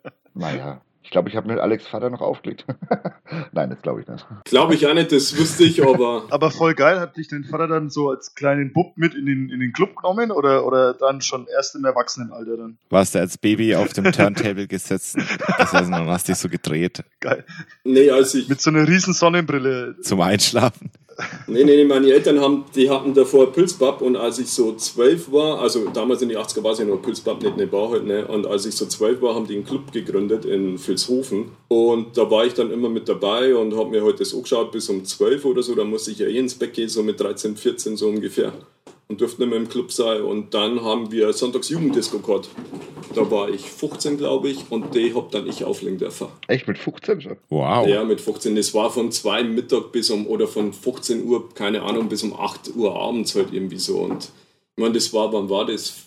Naja. Ich glaube, ich habe mit Alex Vater noch aufgelegt. Nein, das glaube ich nicht. Glaube ich auch nicht, das wüsste ich, aber... Aber voll geil, hat dich dein Vater dann so als kleinen Bub mit in den Club genommen oder dann schon erst im Erwachsenenalter dann? Warst du als Baby auf dem Turntable gesessen? Das heißt, dann hast du dich so gedreht. Geil. Nee, als ich... Mit so einer riesen Sonnenbrille. Zum Einschlafen. Nee, meine Eltern hatten davor Pilzbub und als ich so 12 war, also damals in die 80er war es ja noch Pilzbub, nicht eine Bar halt, ne? Und als ich so 12 war, haben die einen Club gegründet in Vilshofen und da war ich dann immer mit dabei und habe mir halt das angeschaut bis um 12 oder so, da musste ich ja ins Bett gehen, so mit 13, 14 so ungefähr und durfte nicht mehr im Club sein und dann haben wir Sonntagsjugenddisco gehabt. Da war ich 15, glaube ich, und die hab dann ich auflegen dürfen. Echt, mit 15 schon? Wow. Ja, mit 15. Das war von 2 Mittag bis oder von 15 Uhr, keine Ahnung, bis um 8 Uhr abends halt irgendwie so. Und ich meine, wann war das?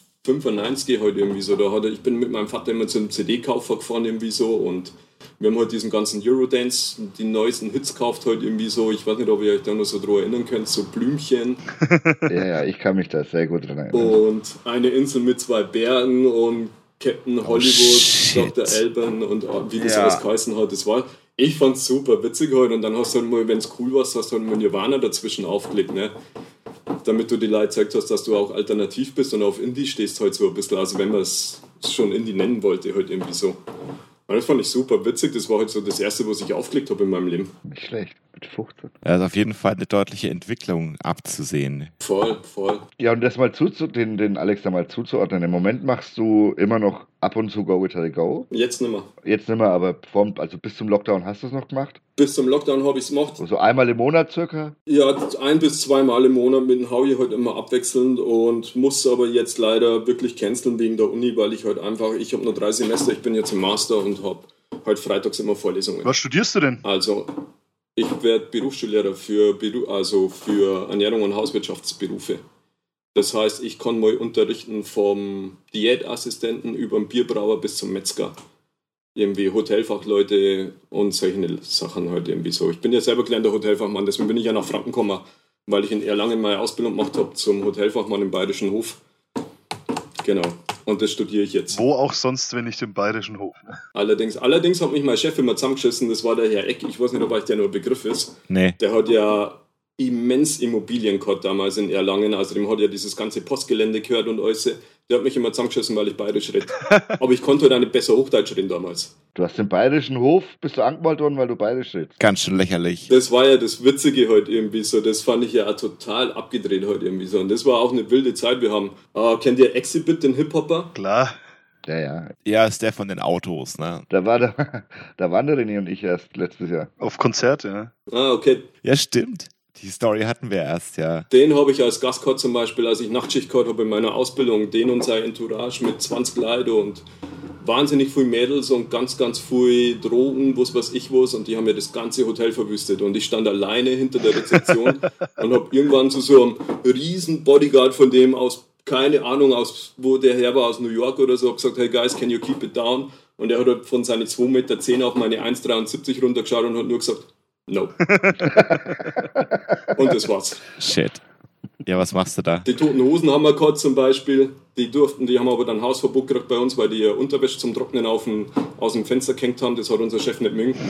95 halt irgendwie so. Ich bin mit meinem Vater immer zum CD-Kaufer gefahren irgendwie so und wir haben halt diesen ganzen Eurodance, die neuesten Hits gekauft halt irgendwie so. Ich weiß nicht, ob ihr euch da noch so dran erinnern könnt, so Blümchen. Ja, ich kann mich da sehr gut dran erinnern. Und eine Insel mit 2 Bergen und Captain Hollywood, Dr. Alban und wie das alles geheißen hat. Ich fand's super witzig halt und dann hast du halt mal, wenn es cool war, hast du halt mal Nirvana dazwischen aufgelegt, ne? Damit du die Leute gezeigt hast, dass du auch alternativ bist und auf Indie stehst halt so ein bisschen, also wenn man es schon Indie nennen wollte, halt irgendwie so. Und das fand ich super witzig. Das war halt so das Erste, was ich aufgelegt habe in meinem Leben. Nicht schlecht, mit 15. Da ist auf jeden Fall eine deutliche Entwicklung abzusehen. Voll. Ja, und das mal den Alex da mal zuzuordnen. Im Moment machst du immer noch ab und zu Go Guitar Go. Jetzt nicht mehr. Jetzt nicht mehr, aber bis zum Lockdown hast du es noch gemacht? Bis zum Lockdown habe ich es gemacht. So einmal im Monat circa? Ja, 1 bis 2 Mal im Monat mit dem Howie halt immer abwechselnd und muss aber jetzt leider wirklich canceln wegen der Uni, weil ich halt einfach, ich habe nur 3 Semester, ich bin jetzt im Master und habe halt freitags immer Vorlesungen. Was studierst du denn? Also, ich werde Berufsschullehrer für Ernährung und Hauswirtschaftsberufe. Das heißt, ich kann mal unterrichten vom Diätassistenten über den Bierbrauer bis zum Metzger. Irgendwie Hotelfachleute und solche Sachen halt irgendwie so. Ich bin ja selber gelernter Hotelfachmann, deswegen bin ich ja nach Franken gekommen, weil ich in Erlangen meine Ausbildung gemacht habe zum Hotelfachmann im Bayerischen Hof. Genau. Und das studiere ich jetzt. Wo auch sonst, wenn nicht im Bayerischen Hof. Allerdings hat mich mein Chef immer zusammengeschissen, das war der Herr Eck, ich weiß nicht, ob euch der nur ein Begriff ist. Nee. Der hat ja immens Immobilien gehabt damals in Erlangen, also dem hat ja dieses ganze Postgelände gehört und alles. Der hat mich immer zusammengeschissen, weil ich bayerisch rede. Aber ich konnte halt auch nicht besser Hochdeutsch reden damals. Du hast den Bayerischen Hof, bist du angemeldet worden, weil du bayerisch redest. Ganz schön lächerlich. Das war ja das Witzige halt irgendwie so, das fand ich ja auch total abgedreht halt irgendwie so. Und das war auch eine wilde Zeit, wir haben, kennt ihr Exhibit, den Hip-Hopper? Klar. Ja. Ja, ist der von den Autos, ne? Da waren der René und ich erst letztes Jahr. Auf Konzert, ja. Okay. Ja, stimmt. Die Story hatten wir erst, ja. Den habe ich als Gast gehabt zum Beispiel, als ich Nachtschicht gehabt habe in meiner Ausbildung. Den und sein Entourage mit 20 Leuten und wahnsinnig viel Mädels und ganz, ganz viel Drogen, was weiß ich was. Und die haben ja das ganze Hotel verwüstet. Und ich stand alleine hinter der Rezeption und habe irgendwann zu so einem riesen Bodyguard von dem aus, keine Ahnung, aus wo der her war, aus New York oder so, gesagt, hey guys, can you keep it down? Und er hat halt von seinen 2,10 Meter auf meine 1,73 runtergeschaut und hat nur gesagt, no. Und das war's. Shit. Ja, was machst du da? Die Toten Hosen haben wir gehabt zum Beispiel. Die haben aber dann Hausverbot gekriegt bei uns, weil die ihr Unterwäsche zum Trocknen aus dem Fenster gehängt haben. Das hat unser Chef nicht mögen.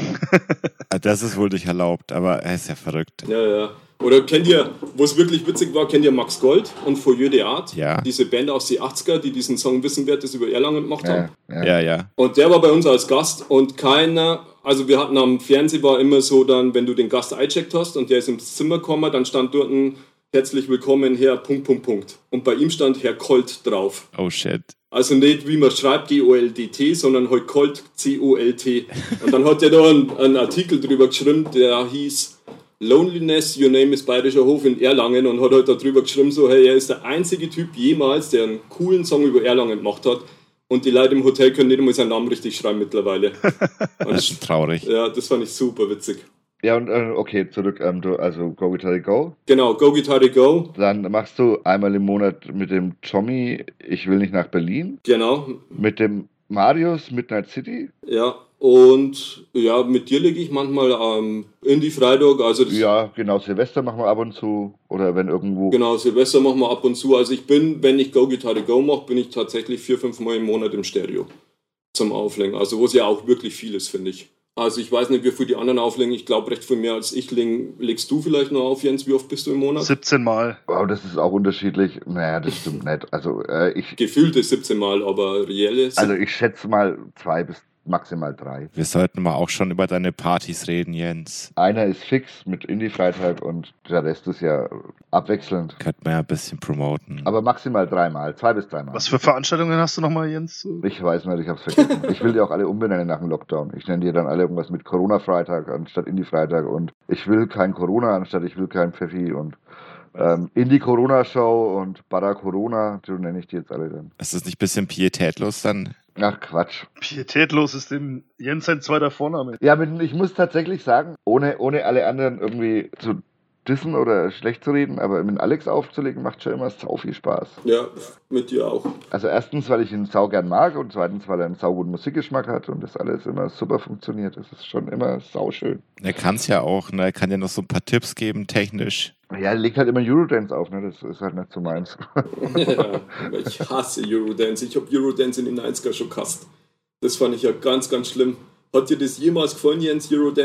Das ist wohl nicht erlaubt, aber er ist ja verrückt. Ja. Oder kennt ihr, wo es wirklich witzig war, kennt ihr Max Gold und Folieux de Art? Ja. Diese Band aus den 80er, die diesen Song Wissen wert das über Erlangen gemacht haben. Ja. Und der war bei uns als Gast und also wir hatten am Fernsehen war immer so dann, wenn du den Gast eingecheckt hast und der ist ins Zimmer gekommen, dann stand dort ein herzlich willkommen, Herr ... Und bei ihm stand Herr Colt drauf. Oh shit. Also nicht, wie man schreibt, G-O-L-D-T, sondern halt Colt, C-O-L-T. Und dann hat er da einen Artikel drüber geschrieben, der hieß Loneliness, Your Name is Bayerischer Hof in Erlangen und hat halt da drüber geschrieben, so, hey, er ist der einzige Typ jemals, der einen coolen Song über Erlangen gemacht hat. Und die Leute im Hotel können nicht einmal seinen Namen richtig schreiben mittlerweile. Und das ist schon traurig. Ja, das fand ich super witzig. Ja, und okay, zurück, also Go Guitar Go. Genau, Go Guitar Go. Dann machst du einmal im Monat mit dem Tommy, ich will nicht nach Berlin. Genau. Mit dem Marius, Midnight City. Ja, und ja, mit dir liege ich manchmal am Indie-Freitag. Also ja, genau, Silvester machen wir ab und zu. Oder wenn irgendwo... Genau, Silvester machen wir ab und zu. Also wenn ich Go Guitar Go mache, bin ich tatsächlich 4-5 Mal im Monat im Stereo zum Auflegen. Also wo es ja auch wirklich viel ist, finde ich. Also ich weiß nicht, wie viel die anderen auflegen. Ich glaube, recht viel mehr als ich legst du vielleicht noch auf, Jens. Wie oft bist du im Monat? 17 Mal. Wow, das ist auch unterschiedlich. Naja, das stimmt nicht. Also Gefühlte 17 Mal, aber reelle... Also ich schätze mal 2 bis maximal 3. Wir sollten mal auch schon über deine Partys reden, Jens. Einer ist fix mit Indie-Freitag und der Rest ist ja abwechselnd. Könnten wir ja ein bisschen promoten. Aber maximal 3 Mal, 2 bis 3 Mal. Was für Veranstaltungen hast du nochmal, Jens? Ich weiß nicht, ich hab's vergessen. Ich will die auch alle umbenennen nach dem Lockdown. Ich nenne die dann alle irgendwas mit Corona-Freitag anstatt Indie-Freitag und ich will kein Corona anstatt ich will kein Pfeffi und Indie-Corona-Show und Bara-Corona, so nenne ich die jetzt alle dann. Ist das nicht ein bisschen pietätlos dann? Ach, Quatsch. Pietätlos ist dem Jens sein zweiter Vorname. Ja, ich muss tatsächlich sagen, ohne alle anderen irgendwie zu dissen oder schlecht zu reden, aber mit Alex aufzulegen, macht schon immer sau viel Spaß. Ja, mit dir auch. Also erstens, weil ich ihn sau gern mag und zweitens, weil er einen sau guten Musikgeschmack hat und das alles immer super funktioniert. Das ist schon immer sau schön. Er kann es ja auch, ne? Er kann ja noch so ein paar Tipps geben, technisch. Ja, er legt halt immer Eurodance auf, ne? Das ist halt nicht so meins. Ja, ich hasse Eurodance. Ich habe Eurodance in den 90er schon gehasst. Das fand ich ja ganz, ganz schlimm. Hat dir das jemals gefallen, Jens, Eurodance?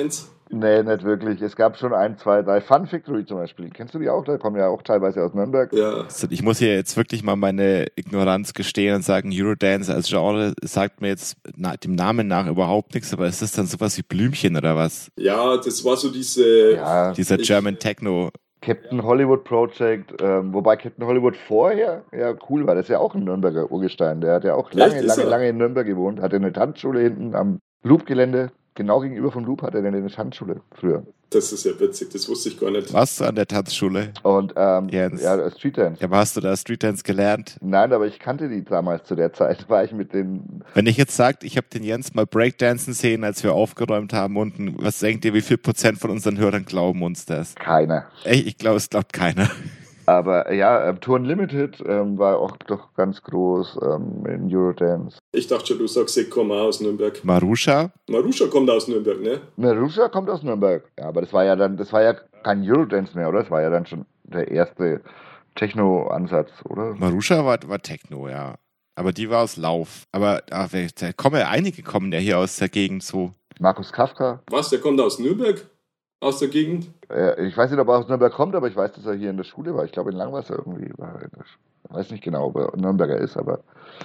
Nee, nicht wirklich. Es gab schon 1, 2, 3 Fun Factory zum Beispiel. Kennst du die auch? Da kommen ja auch teilweise aus Nürnberg. Ja. Ich muss hier jetzt wirklich mal meine Ignoranz gestehen und sagen, Eurodance als Genre sagt mir jetzt dem Namen nach überhaupt nichts, aber ist das dann sowas wie Blümchen oder was? Ja, das war so diese... Ja, Dieser German Techno. Captain Hollywood Project, wobei Captain Hollywood vorher ja cool war. Das ist ja auch ein Nürnberger Urgestein. Der hat ja auch lange in Nürnberg gewohnt. Hatte eine Tanzschule hinten am Loop-Gelände. Genau gegenüber vom Loop hat er eine Tanzschule früher. Das ist ja witzig, das wusste ich gar nicht. Warst du an der Tanzschule? Und Jens? ja, Street Dance. Ja, aber hast du da Street Dance gelernt? Nein, aber ich kannte die damals zu der Zeit. War ich mit den... Wenn ich jetzt sage, ich habe den Jens mal Breakdancen sehen, als wir aufgeräumt haben unten, was denkt ihr, wie viel % von unseren Hörern glauben uns das? Keiner. Echt, ich glaube, es glaubt keiner. Aber ja, Tour Unlimited war auch doch ganz groß in Eurodance. Ich dachte schon, du sagst, ich komme auch aus Nürnberg. Marusha? Marusha kommt aus Nürnberg, ne? Marusha kommt aus Nürnberg. Ja, aber das war ja kein Eurodance mehr, oder? Das war ja dann schon der erste Techno-Ansatz, oder? Marusha war Techno, ja. Aber die war aus Lauf. Aber einige kommen ja hier aus der Gegend so. Markus Kafka. Was, der kommt aus Nürnberg? Aus der Gegend? Ich weiß nicht, ob er aus Nürnberg kommt, aber ich weiß, dass er hier in der Schule war. Ich glaube, in Langwasser irgendwie war er. Ich weiß nicht genau, ob er Nürnberger ist, aber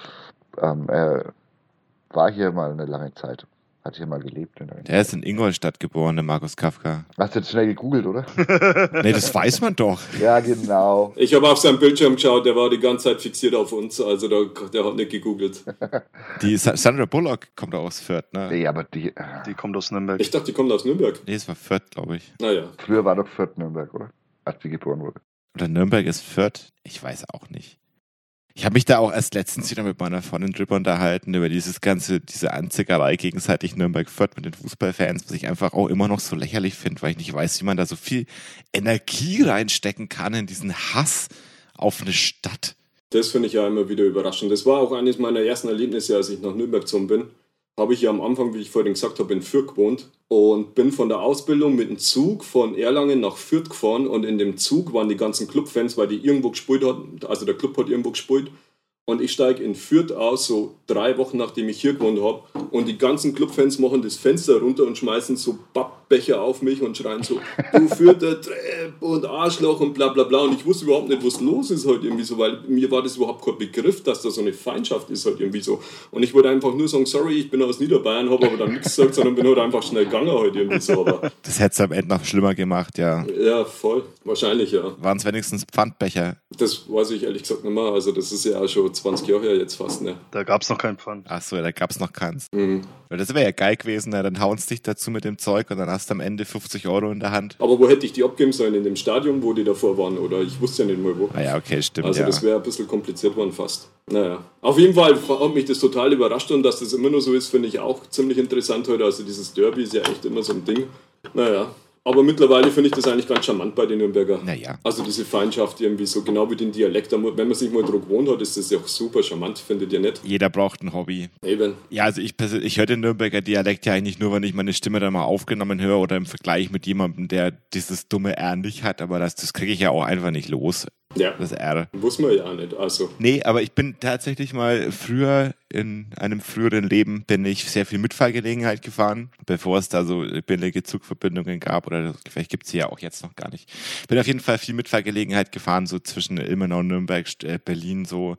er war hier mal eine lange Zeit. Hat hier mal gelebt. Der ist in Ingolstadt geboren, der Markus Kafka. Hast du jetzt schnell gegoogelt, oder? Nee, das weiß man doch. Ja, genau. Ich habe auf seinem Bildschirm geschaut, der war die ganze Zeit fixiert auf uns, also der hat nicht gegoogelt. Die Sandra Bullock kommt aus Fürth, ne? Nee, aber die kommt aus Nürnberg. Ich dachte, die kommt aus Nürnberg. Nee, es war Fürth, glaube ich. Naja. Früher war doch Fürth Nürnberg, oder? Als die geboren wurde. Oder Nürnberg ist Fürth? Ich weiß auch nicht. Ich habe mich da auch erst letztens wieder mit meiner Freundin drüber unterhalten, über diese Anzickerei gegenseitig Nürnberg-Fürth mit den Fußballfans, was ich einfach auch immer noch so lächerlich finde, weil ich nicht weiß, wie man da so viel Energie reinstecken kann in diesen Hass auf eine Stadt. Das finde ich ja immer wieder überraschend. Das war auch eines meiner ersten Erlebnisse, als ich nach Nürnberg gezogen bin. Habe ich ja am Anfang, wie ich vorhin gesagt habe, in Fürth gewohnt und bin von der Ausbildung mit dem Zug von Erlangen nach Fürth gefahren und in dem Zug waren die ganzen Clubfans, weil die irgendwo gespielt hatten, also der Club hat irgendwo gespielt und ich steige in Fürth aus, so 3 Wochen nachdem ich hier gewohnt habe und die ganzen Clubfans machen das Fenster runter und schmeißen so Pappbecher auf mich und schreien so, du Fürther Trepp und Arschloch und bla bla bla und ich wusste überhaupt nicht, was los ist halt irgendwie so, weil mir war das überhaupt kein Begriff, dass da so eine Feindschaft ist halt irgendwie so und ich wollte einfach nur sagen, sorry, ich bin aus Niederbayern, habe aber dann nichts gesagt, sondern bin halt einfach schnell gegangen halt irgendwie so. Aber das hätte es am Ende noch schlimmer gemacht, ja. Ja, voll. Wahrscheinlich, ja. Waren es wenigstens Pfandbecher? Das weiß ich ehrlich gesagt nicht mehr, also das ist ja auch schon 20 Jahre her jetzt fast, ne? Da gab es noch keinen Pfand. Achso, da gab es noch keins. Mhm. Weil das wäre ja geil gewesen, na, dann hauen sie dich dazu mit dem Zeug und dann hast du am Ende 50 € in der Hand. Aber wo hätte ich die abgeben sollen? In dem Stadion, wo die davor waren? Oder ich wusste ja nicht mal wo. Ah ja, okay, stimmt, Also ja. das wäre ein bisschen kompliziert worden fast. Naja. Auf jeden Fall hat mich das total überrascht und dass das immer nur so ist, finde ich auch ziemlich interessant heute. Also dieses Derby ist ja echt immer so ein Ding. Naja. Aber mittlerweile finde ich das eigentlich ganz charmant bei den Nürnberger. Naja. Also diese Feindschaft irgendwie so, genau wie den Dialekt. Wenn man sich mal drauf gewohnt hat, ist das ja auch super charmant, findet ihr nicht? Jeder braucht ein Hobby. Eben. Ja, also ich höre den Nürnberger Dialekt ja eigentlich nur, wenn ich meine Stimme dann mal aufgenommen höre oder im Vergleich mit jemandem, der dieses dumme R nicht hat. Aber das kriege ich ja auch einfach nicht los. Ja. Das R. Muss man ja auch nicht. Also. Nee, aber ich bin tatsächlich mal früher, in einem früheren Leben, bin ich sehr viel Mitfahrgelegenheit gefahren, bevor es da so billige Zugverbindungen gab oder vielleicht gibt es sie ja auch jetzt noch gar nicht. Bin auf jeden Fall viel Mitfahrgelegenheit gefahren, so zwischen Ilmenau, Nürnberg, Berlin so.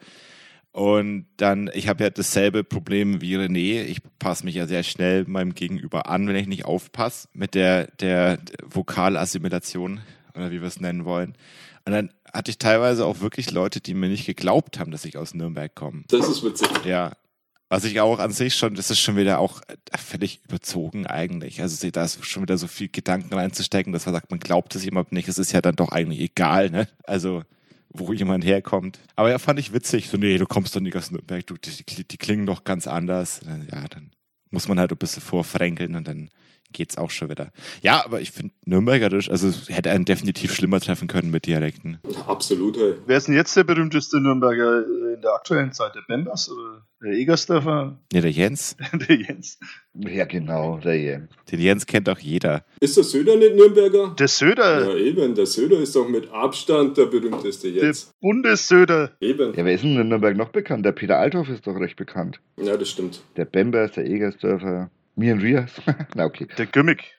Und dann, ich habe ja dasselbe Problem wie René. Ich passe mich ja sehr schnell meinem Gegenüber an, wenn ich nicht aufpasse, mit der Vokalassimilation oder wie wir es nennen wollen. Und dann hatte ich teilweise auch wirklich Leute, die mir nicht geglaubt haben, dass ich aus Nürnberg komme. Das ist witzig. Ja. Was ich auch an sich schon, das ist schon wieder auch völlig überzogen eigentlich. Also da ist schon wieder so viel Gedanken reinzustecken, dass man sagt, man glaubt es jemandem nicht. Es ist ja dann doch eigentlich egal, ne? Also wo jemand herkommt. Aber ja, fand ich witzig. So, nee, du kommst doch nicht aus Nürnberg, die klingen doch ganz anders. Ja, dann muss man halt ein bisschen vorfränkeln und dann geht's auch schon wieder. Ja, aber ich finde Nürnbergerisch, also hätte einen definitiv schlimmer treffen können mit Dialekten. Absolut, hey. Wer ist denn jetzt der berühmteste Nürnberger in der aktuellen Zeit? Der Bembers oder der Egersdörfer? Ja, der Jens. Der Jens. Ja, genau, der Jens. Den Jens kennt auch jeder. Ist der Söder nicht Nürnberger? Der Söder. Ja, eben. Der Söder ist doch mit Abstand der berühmteste jetzt. Der Bundessöder. Eben. Ja, wer ist denn in Nürnberg noch bekannt? Der Peter Althoff ist doch recht bekannt. Ja, das stimmt. Der Bembers, der Egersdörfer, Mian Rias. Na, okay. Der Gümmig.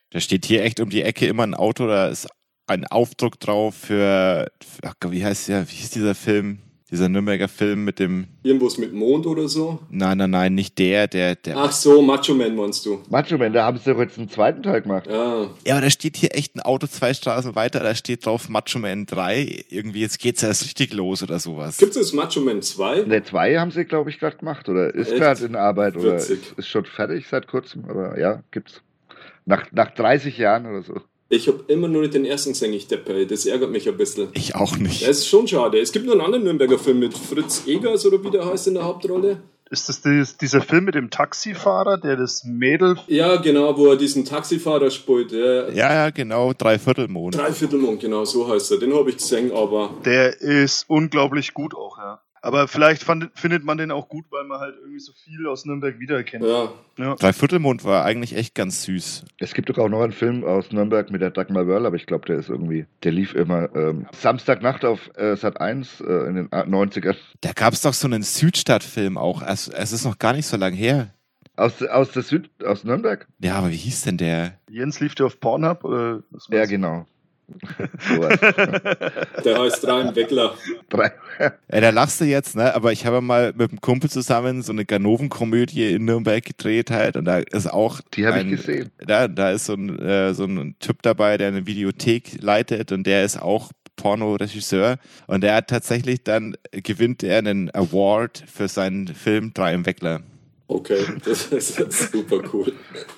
Da steht hier echt um die Ecke immer ein Auto, da ist ein Aufdruck drauf für wie hieß dieser Film? Dieser Nürnberger Film mit dem... Irgendwas mit Mond oder so? Nein, nicht der. Ach so, Macho Man meinst du? Macho Man, da haben sie doch jetzt einen zweiten Teil gemacht. Ja. Ja, aber da steht hier echt ein Auto 2 Straßen weiter, da steht drauf Macho Man 3. Irgendwie, jetzt geht's erst richtig los oder sowas. Gibt es Macho Man 2? Der 2 haben sie, glaube ich, gerade gemacht oder ist gerade in Arbeit oder Witzig. ist schon fertig seit kurzem, aber ja, gibt's. Nach 30 Jahren oder so. Ich habe immer nur nicht den ersten gesehen, ich Deppe. Das ärgert mich ein bisschen. Ich auch nicht. Das ist schon schade. Es gibt noch einen anderen Nürnberger Film mit Fritz Egers oder wie der heißt in der Hauptrolle. Ist das dieser Film mit dem Taxifahrer, der das Mädel... Ja, genau, wo er diesen Taxifahrer spielt. Ja, genau, Dreiviertelmond. Dreiviertelmond, genau, so heißt er. Den habe ich gesehen, aber... Der ist unglaublich gut auch, ja. Aber vielleicht findet man den auch gut, weil man halt irgendwie so viel aus Nürnberg wiedererkennt. Ja. Dreiviertelmond war eigentlich echt ganz süß. Es gibt doch auch noch einen Film aus Nürnberg mit der Dagmar Wörl, aber ich glaube, der lief immer Samstagnacht auf Sat.1 in den 90ern. Da gab es doch so einen Südstadt-Film auch. Es ist noch gar nicht so lange her. Aus Nürnberg? Ja, aber wie hieß denn der? Jens, lief der auf Pornhub? Oder was Ja, meinst du? genau. Sowas. Der heißt Rein Weckler. Da lachst du jetzt, ne? Aber ich habe mal mit einem Kumpel zusammen so eine Ganoven-Komödie in Nürnberg gedreht halt und da ist auch... Die habe ich gesehen. Da ist so ein Typ dabei, der eine Videothek leitet und der ist auch Pornoregisseur und der hat tatsächlich gewinnt er einen Award für seinen Film Drei im Weckler. Okay, das ist super cool.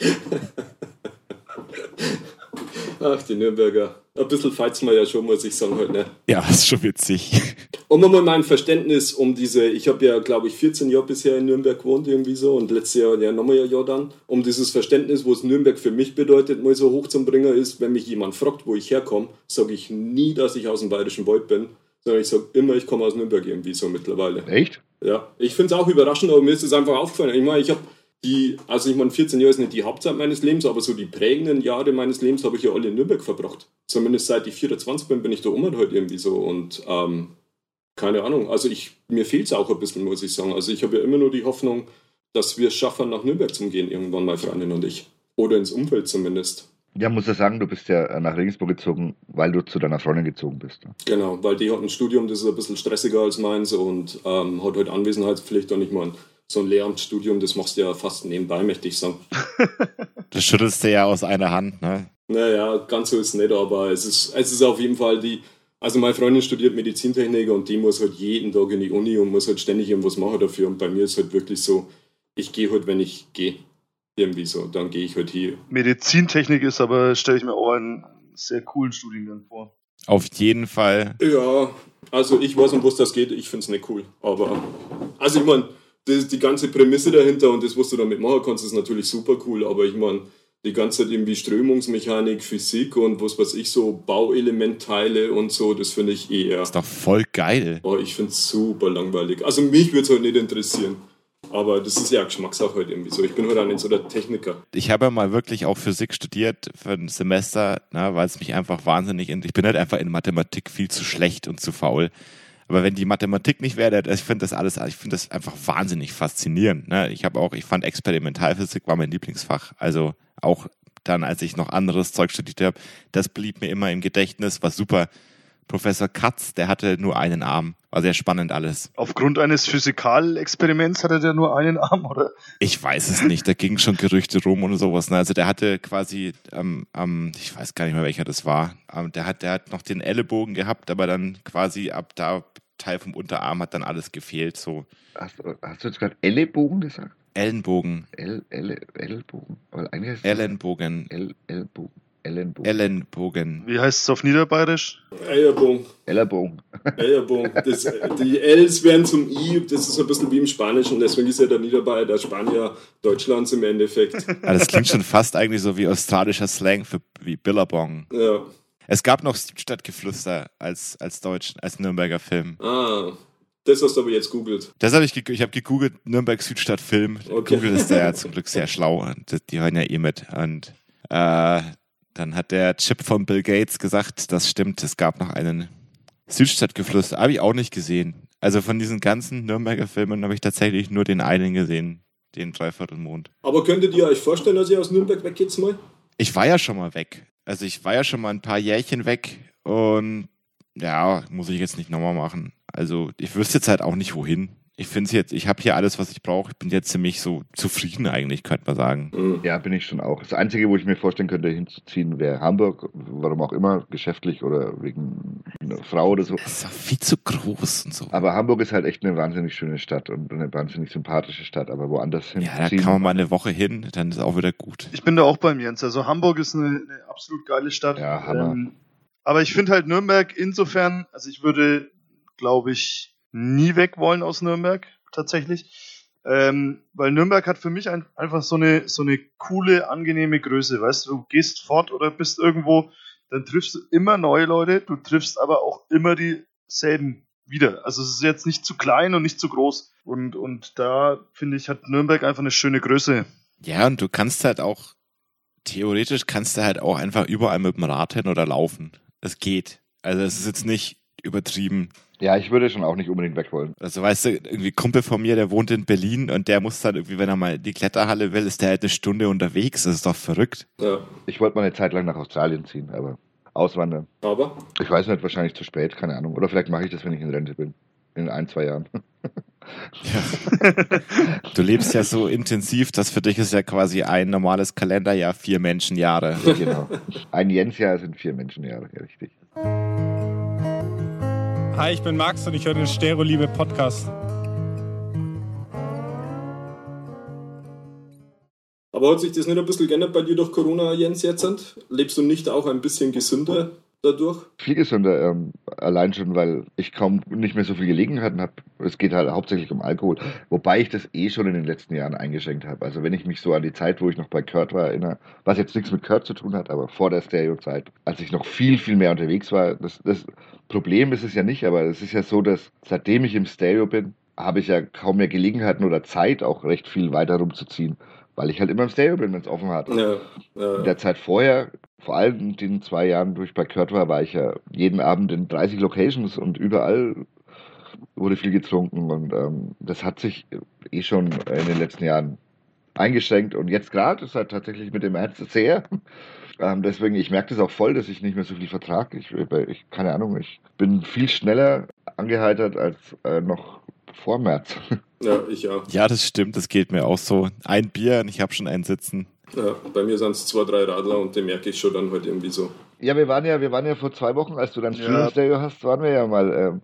Ach, die Nürnberger. Ein bisschen feizt man ja schon, muss ich sagen, halt, ne? Ja, ist schon witzig. Um mal mein Verständnis ich habe ja, glaube ich, 14 Jahre bisher in Nürnberg gewohnt, irgendwie so, und letztes Jahr ja nochmal ein Jahr dann. Um dieses Verständnis, was Nürnberg für mich bedeutet, mal so hoch zum Bringer ist, wenn mich jemand fragt, wo ich herkomme, sage ich nie, dass ich aus dem Bayerischen Wald bin, sondern ich sage immer, ich komme aus Nürnberg irgendwie so mittlerweile. Echt? Ja, ich finde es auch überraschend, aber mir ist es einfach aufgefallen. Ich meine, ich habe 14 Jahre ist nicht die Hauptzeit meines Lebens, aber so die prägenden Jahre meines Lebens habe ich ja alle in Nürnberg verbracht. Zumindest seit ich 24 bin ich da halt irgendwie so und keine Ahnung, also mir fehlt es auch ein bisschen, muss ich sagen. Also ich habe ja immer nur die Hoffnung, dass wir es schaffen, nach Nürnberg zu gehen, irgendwann mal Freundin und ich. Oder ins Umfeld zumindest. Ja, muss ja sagen, du bist ja nach Regensburg gezogen, weil du zu deiner Freundin gezogen bist. Ne? Genau, weil die hat ein Studium, das ist ein bisschen stressiger als meins und hat halt Anwesenheitspflicht und ich meine, so ein Lehramtsstudium, das machst du ja fast nebenbei, möchte ich sagen. Das schüttelst du ja aus einer Hand, ne? Naja, ganz so ist es nicht, aber es ist auf jeden Fall also meine Freundin studiert Medizintechnik und die muss halt jeden Tag in die Uni und muss halt ständig irgendwas machen dafür und bei mir ist halt wirklich so, ich gehe halt, wenn ich gehe. Irgendwie so, dann gehe ich halt hier. Medizintechnik ist aber, stelle ich mir auch einen sehr coolen Studiengang vor. Auf jeden Fall. Ja, also ich weiß nicht, was das geht, ich finde es nicht cool, aber also ich meine, die ganze Prämisse dahinter und das, was du damit machen kannst, ist natürlich super cool, aber ich meine, die ganze Zeit irgendwie Strömungsmechanik, Physik und was weiß ich, so Bauelementteile und so, das finde ich eher... Das ist doch voll geil. Oh, ich finde es super langweilig. Also mich würde es halt nicht interessieren. Aber das ist ja Geschmackssache halt irgendwie so. Ich bin halt auch nicht so der Techniker. Ich habe ja mal wirklich auch Physik studiert für ein Semester, weil es mich einfach wahnsinnig... Ich bin halt einfach in Mathematik viel zu schlecht und zu faul. Aber wenn die Mathematik nicht wäre, ich finde das einfach wahnsinnig faszinierend. Ne? Ich fand Experimentalphysik war mein Lieblingsfach. Also auch dann, als ich noch anderes Zeug studiert habe, das blieb mir immer im Gedächtnis, war super. Professor Katz, der hatte nur einen Arm. War sehr spannend alles. Aufgrund eines Physikalexperiments hatte der nur einen Arm, oder? Ich weiß es nicht, da gingen schon Gerüchte rum und sowas. Ne? Also der hatte quasi, ich weiß gar nicht mehr, welcher das war, der hat noch den Ellenbogen gehabt, aber dann quasi ab da Teil vom Unterarm hat dann alles gefehlt. So. Hast du jetzt gerade Ellenbogen gesagt? Ellenbogen. Ellenbogen. Aber eigentlich heißt Ellenbogen. Ellenbogen. Wie heißt es auf Niederbayerisch? Eierbogen. Ellenbogen. Die Ls werden zum I, das ist ein bisschen wie im Spanischen, deswegen ist ja der Niederbayer der Spanier Deutschlands im Endeffekt. Ja, das klingt schon fast eigentlich so wie australischer Slang wie Billabong. Ja. Es gab noch Südstadtgeflüster als Nürnberger Film. Ah, das hast du aber jetzt googelt. Das habe ich gegoogelt, Nürnberg Südstadt Film. Okay. Google ist da ja zum Glück sehr schlau und die hören ja mit. Und dann hat der Chip von Bill Gates gesagt, das stimmt, es gab noch einen Südstadtgeflüster. Habe ich auch nicht gesehen. Also von diesen ganzen Nürnberger Filmen habe ich tatsächlich nur den einen gesehen, den Dreiviertelmond. Aber könntet ihr euch vorstellen, dass ihr aus Nürnberg weggeht mal? Ich war ja schon mal weg. Also ich war ja schon mal ein paar Jährchen weg und ja, muss ich jetzt nicht nochmal machen. Also ich wüsste jetzt halt auch nicht wohin. Ich finde es jetzt, ich habe hier alles, was ich brauche. Ich bin jetzt ziemlich so zufrieden eigentlich, könnte man sagen. Ja, bin ich schon auch. Das Einzige, wo ich mir vorstellen könnte, hinzuziehen, wäre Hamburg. Warum auch immer, geschäftlich oder wegen einer Frau oder so. Das ist auch viel zu groß und so. Aber Hamburg ist halt echt eine wahnsinnig schöne Stadt und eine wahnsinnig sympathische Stadt. Aber woanders hin. Ja, da kann man mal eine Woche hin, dann ist auch wieder gut. Ich bin da auch beim Jens. Also Hamburg ist eine absolut geile Stadt. Ja, Hammer. Aber ich finde halt Nürnberg insofern, also ich würde, glaube ich, nie weg wollen aus Nürnberg, tatsächlich. Weil Nürnberg hat für mich einfach so eine coole, angenehme Größe. Weißt du, du gehst fort oder bist irgendwo, dann triffst du immer neue Leute, du triffst aber auch immer dieselben wieder. Also es ist jetzt nicht zu klein und nicht zu groß. Und da, finde ich, hat Nürnberg einfach eine schöne Größe. Ja, und du kannst halt auch, theoretisch kannst du halt auch einfach überall mit dem Rad hin oder laufen. Es geht. Also es ist jetzt nicht übertrieben. Ja, ich würde schon auch nicht unbedingt weg wollen. Also weißt du, irgendwie Kumpel von mir, der wohnt in Berlin und der muss dann irgendwie, wenn er mal in die Kletterhalle will, ist der halt eine Stunde unterwegs. Das ist doch verrückt. Ja. Ich wollte mal eine Zeit lang nach Australien ziehen, aber auswandern. Aber? Ich weiß nicht, wahrscheinlich zu spät, keine Ahnung. Oder vielleicht mache ich das, wenn ich in Rente bin. In 1-2 Jahren. Ja. Du lebst ja so intensiv, dass für dich ist ja quasi ein normales Kalenderjahr 4 Menschenjahre. Ja, genau. Ein Jens-Jahr sind 4 Menschenjahre, ja, richtig. Hi, ich bin Max und ich höre den Stereo-Liebe Podcast. Aber hat sich das nicht ein bisschen geändert bei dir durch Corona, Jens, jetzt? Lebst du nicht auch ein bisschen gesünder dadurch? Viel gesünder, allein schon, weil ich kaum nicht mehr so viel Gelegenheiten habe. Es geht halt hauptsächlich um Alkohol, wobei ich das schon in den letzten Jahren eingeschränkt habe. Also wenn ich mich so an die Zeit, wo ich noch bei Kurt war, erinnere, was jetzt nichts mit Kurt zu tun hat, aber vor der Stereo-Zeit, als ich noch viel, viel mehr unterwegs war, das Problem ist es ja nicht, aber es ist ja so, dass seitdem ich im Stereo bin, habe ich ja kaum mehr Gelegenheiten oder Zeit, auch recht viel weiter rumzuziehen, weil ich halt immer im Stereo bin, wenn es offen hat. Ja. In der Zeit vorher, vor allem in den 2 Jahren, wo ich bei Kurt war ich ja jeden Abend in 30 Locations und überall wurde viel getrunken und das hat sich schon in den letzten Jahren eingeschränkt und jetzt gerade ist halt tatsächlich mit dem März sehr. Deswegen, ich merke das auch voll, dass ich nicht mehr so viel vertrage. Ich keine Ahnung, ich bin viel schneller angeheitert als noch vor März. Ja, ich auch. Ja, das stimmt, das geht mir auch so. Ein Bier und ich habe schon einen Sitzen. Ja, bei mir sind es 2, 3 Radler und den merke ich schon dann halt irgendwie so. Ja, wir waren ja vor 2 Wochen, als du dein Streaming-Stereo hast, waren wir ja mal,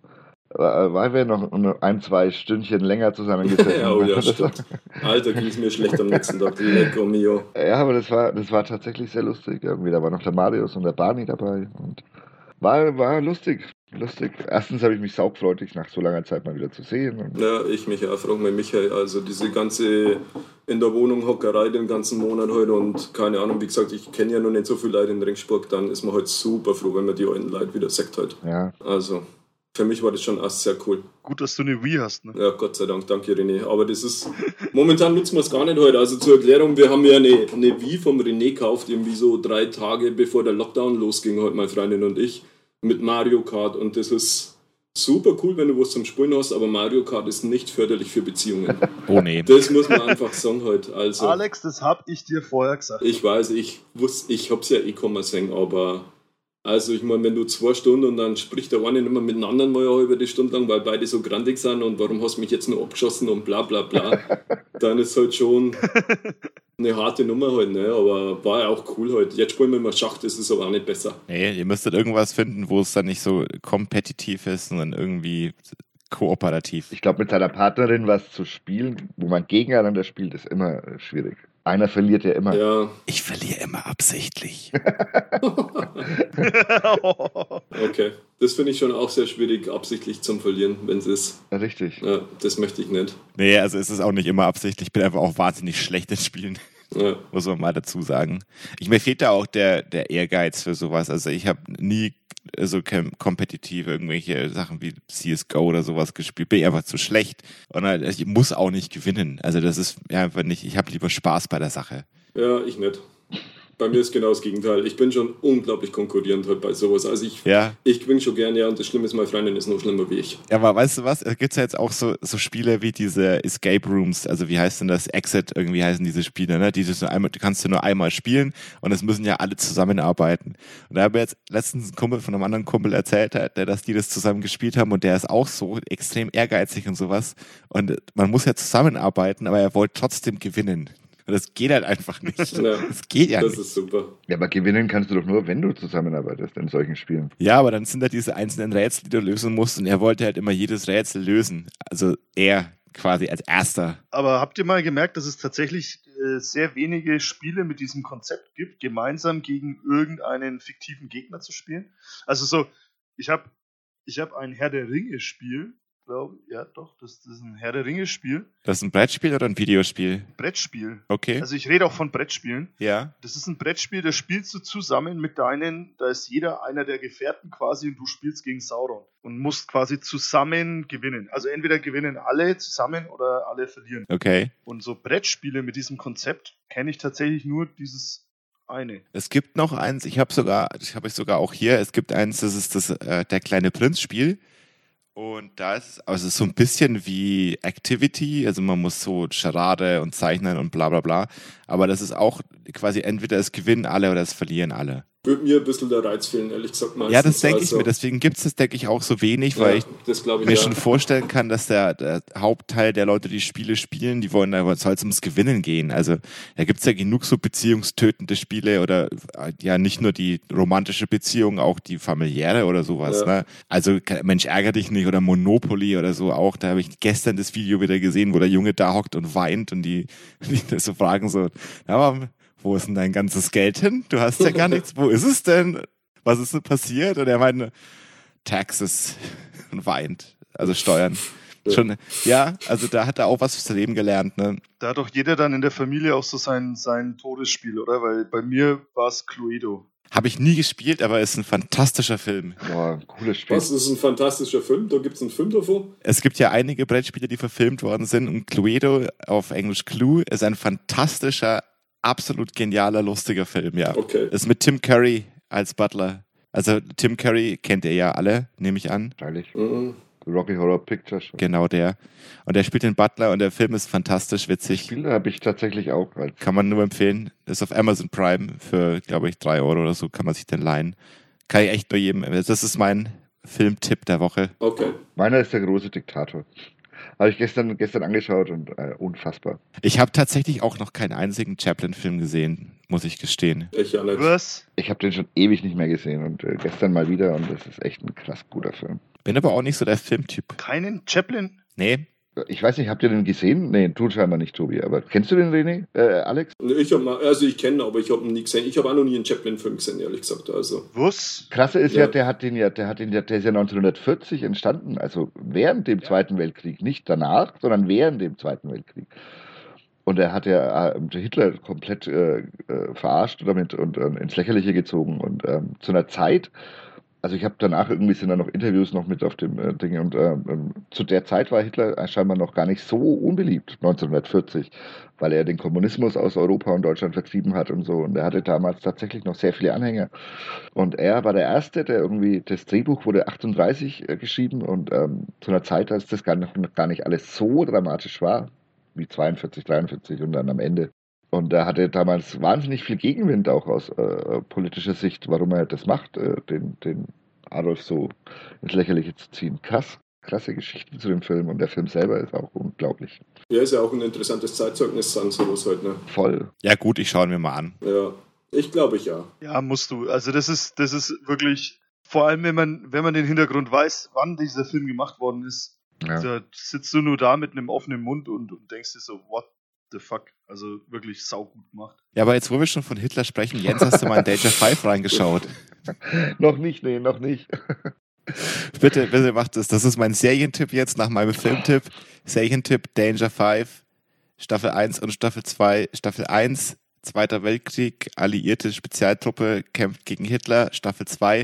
weil wir noch 1-2 Stündchen länger zusammengesessen. Oh ja, stimmt. Alter, ging es mir schlecht am nächsten Tag. Lecker mio. Ja, aber das war tatsächlich sehr lustig. Irgendwie, da war noch der Marius und der Barney dabei und war lustig. Erstens habe ich mich saugefreut, dich nach so langer Zeit mal wieder zu sehen. Und Ja, ich mich auch, frage mal Michael, also diese ganze in der Wohnung Hockerei den ganzen Monat heute und keine Ahnung, wie gesagt, ich kenne ja noch nicht so viele Leute in Ringsburg, dann ist man halt super froh, wenn man die alten Leute wieder sagt halt. ja. Also, für mich war das schon auch sehr cool. Gut, dass du eine Wii hast, ne? Ja, Gott sei Dank, danke René. Aber das ist, momentan nutzen wir es gar nicht heute. Also zur Erklärung, wir haben ja eine Wii vom René gekauft, irgendwie so 3 Tage bevor der Lockdown losging, heute meine Freundin und ich, mit Mario Kart und das ist super cool, wenn du was zum Spielen hast, aber Mario Kart ist nicht förderlich für Beziehungen. Oh nee. Das muss man einfach sagen heute. Also, Alex, das hab ich dir vorher gesagt. ich weiß, ich hab's ja E-Commerce, aber also ich meine, wenn du 2 Stunden und dann spricht der eine nicht mehr mit dem anderen mal eine halbe Stunde lang, weil beide so grandig sind und warum hast du mich jetzt nur abgeschossen und bla bla bla, dann ist halt schon eine harte Nummer halt, ne? Aber war ja auch cool halt. Jetzt spielen wir mal Schach, das ist aber auch nicht besser. Nee, ihr müsstet irgendwas finden, wo es dann nicht so kompetitiv ist, sondern irgendwie kooperativ. Ich glaube, mit seiner Partnerin was zu spielen, wo man gegeneinander spielt, ist immer schwierig. Einer verliert ja immer. Ja, Ich verliere immer absichtlich. okay. Das finde ich schon auch sehr schwierig, absichtlich zum Verlieren, wenn es ist. Ja, richtig. Ja, das möchte ich nicht. Nee, also es ist auch nicht immer absichtlich. Ich bin einfach auch wahnsinnig schlecht in Spielen. Ja. Muss man mal dazu sagen. Mir fehlt da auch der Ehrgeiz für sowas. Also ich habe nie so kompetitiv irgendwelche Sachen wie CSGO oder sowas gespielt. Bin ich einfach zu schlecht. Und ich muss auch nicht gewinnen. Also das ist ja einfach nicht, ich habe lieber Spaß bei der Sache. Ja, ich nicht. Bei mir ist genau das Gegenteil. Ich bin schon unglaublich konkurrierend halt bei sowas. Also ich gewinne schon gerne, ja, und das Schlimme ist, meine Freundin ist noch schlimmer wie ich. Ja, aber weißt du was? Es gibt ja jetzt auch so Spiele wie diese Escape Rooms, also wie heißt denn das? Exit, irgendwie heißen diese Spiele, ne? Die kannst du nur einmal spielen und es müssen ja alle zusammenarbeiten. Und da habe ich jetzt letztens ein Kumpel von einem anderen Kumpel erzählt, dass die das zusammen gespielt haben und der ist auch so extrem ehrgeizig und sowas. Und man muss ja zusammenarbeiten, aber er wollte trotzdem gewinnen. Und das geht halt einfach nicht. Ja, das geht ja das nicht. ist super. Ja, aber gewinnen kannst du doch nur, wenn du zusammenarbeitest in solchen Spielen. Ja, aber dann sind da diese einzelnen Rätsel, die du lösen musst und er wollte halt immer jedes Rätsel lösen. Also er quasi als Erster. Aber habt ihr mal gemerkt, dass es tatsächlich sehr wenige Spiele mit diesem Konzept gibt, gemeinsam gegen irgendeinen fiktiven Gegner zu spielen? Also so, ich hab ein Herr der Ringe-Spiel, glaube ich. Ja, doch, das ist ein Herr der Ringe-Spiel. Das ist ein Brettspiel oder ein Videospiel? Brettspiel. Okay. Also ich rede auch von Brettspielen. Ja. Das ist ein Brettspiel, das spielst du zusammen mit deinen, da ist jeder einer der Gefährten quasi und du spielst gegen Sauron und musst quasi zusammen gewinnen. Also entweder gewinnen alle zusammen oder alle verlieren. Okay. Und so Brettspiele mit diesem Konzept kenne ich tatsächlich nur dieses eine. Es gibt noch eins, ich habe es sogar auch hier, es gibt eins, das ist das der kleine Prinz-Spiel. Und da ist es also so ein bisschen wie Activity, also man muss so Charade und zeichnen und bla bla bla. Aber das ist auch quasi entweder es gewinnen alle oder es verlieren alle. Würde mir ein bisschen der Reiz fehlen, ehrlich gesagt. Meistens. Ja, das denke ich mir. Deswegen gibt es das, denke ich, auch so wenig, weil ich mir schon vorstellen kann, dass der Hauptteil der Leute, die Spiele spielen, die wollen, da soll es ums Gewinnen gehen. Also da gibt es ja genug so beziehungstötende Spiele oder ja nicht nur die romantische Beziehung, auch die familiäre oder sowas. Ne? Also Mensch, ärger dich nicht oder Monopoly oder so auch. Da habe ich gestern das Video wieder gesehen, wo der Junge da hockt und weint und die so fragen so, aber wo ist denn dein ganzes Geld hin? Du hast ja gar nichts. Wo ist es denn? Was ist denn passiert? Und er meinte, Taxes und weint. Also Steuern. Schon, ja, also da hat er auch was fürs Leben gelernt. Ne? Da hat doch jeder dann in der Familie auch so sein Todesspiel, oder? Weil bei mir war es Cluedo. Habe ich nie gespielt, aber ist ein fantastischer Film. Boah, cooles Spiel. Was ist ein fantastischer Film? Da gibt es einen Film davon? Es gibt ja einige Brettspiele, die verfilmt worden sind und Cluedo, auf Englisch Clue, ist ein fantastischer, absolut genialer, lustiger Film, ja. Okay. Ist mit Tim Curry als Butler. Also Tim Curry kennt ihr ja alle, nehme ich an. Freilich. Mhm. Rocky Horror Picture Show. Genau der. Und der spielt den Butler und der Film ist fantastisch witzig. Spiele habe ich tatsächlich auch. Kann man nur empfehlen. Ist auf Amazon Prime für, glaube ich, 3 € oder so kann man sich den leihen. Kann ich echt nur jedem. Das ist mein Filmtipp der Woche. Okay. Meiner ist der große Diktator. Habe ich gestern angeschaut und unfassbar. Ich habe tatsächlich auch noch keinen einzigen Chaplin-Film gesehen, muss ich gestehen. Ich ja nicht. Was? Ich habe den schon ewig nicht mehr gesehen und gestern mal wieder und das ist echt ein krass guter Film. Bin aber auch nicht so der Filmtyp. Keinen Chaplin? Nee. Ich weiß nicht, habt ihr den gesehen? Nee, du scheinbar nicht, Tobi. Aber kennst du den, René? Alex? Ich kenne, aber ich habe ihn nie gesehen. Ich habe auch noch nie einen Chaplin-Film gesehen, ehrlich gesagt. Also. Was? Krasse ist der ist ja 1940 entstanden, also während dem Zweiten Weltkrieg, nicht danach, sondern während dem Zweiten Weltkrieg. Und er hat ja Hitler komplett verarscht damit und ins Lächerliche gezogen. Und zu einer Zeit, also ich habe danach irgendwie sind da noch Interviews noch mit auf dem Ding und zu der Zeit war Hitler scheinbar noch gar nicht so unbeliebt, 1940, weil er den Kommunismus aus Europa und Deutschland vertrieben hat und so. Und er hatte damals tatsächlich noch sehr viele Anhänger. Und er war der Erste, der irgendwie, das Drehbuch wurde 38 geschrieben und zu einer Zeit, als das gar nicht alles so dramatisch war, wie 42, 43 und dann am Ende. Und er hatte damals wahnsinnig viel Gegenwind auch aus politischer Sicht, warum er das macht, den Adolf so ins Lächerliche zu ziehen. Krasse Geschichte zu dem Film und der Film selber ist auch unglaublich. Ja, ist ja auch ein interessantes Zeitzeugnis, sagen sowas halt, ne? Voll. Ja gut, ich schaue ihn mir mal an. Ja, ich glaube ja. Ja, musst du. Also das ist wirklich, vor allem wenn man den Hintergrund weiß, wann dieser Film gemacht worden ist, da sitzt du nur da mit einem offenen Mund und denkst dir so, what the fuck? Also wirklich saugut gemacht. Ja, aber jetzt, wo wir schon von Hitler sprechen, Jens, hast du mal in Danger 5 reingeschaut? Noch nicht. Bitte macht das. Das ist mein Serientipp jetzt nach meinem Filmtipp. Serientipp Danger 5, Staffel 1 und Staffel 2. Staffel 1, Zweiter Weltkrieg, alliierte Spezialtruppe kämpft gegen Hitler. Staffel 2,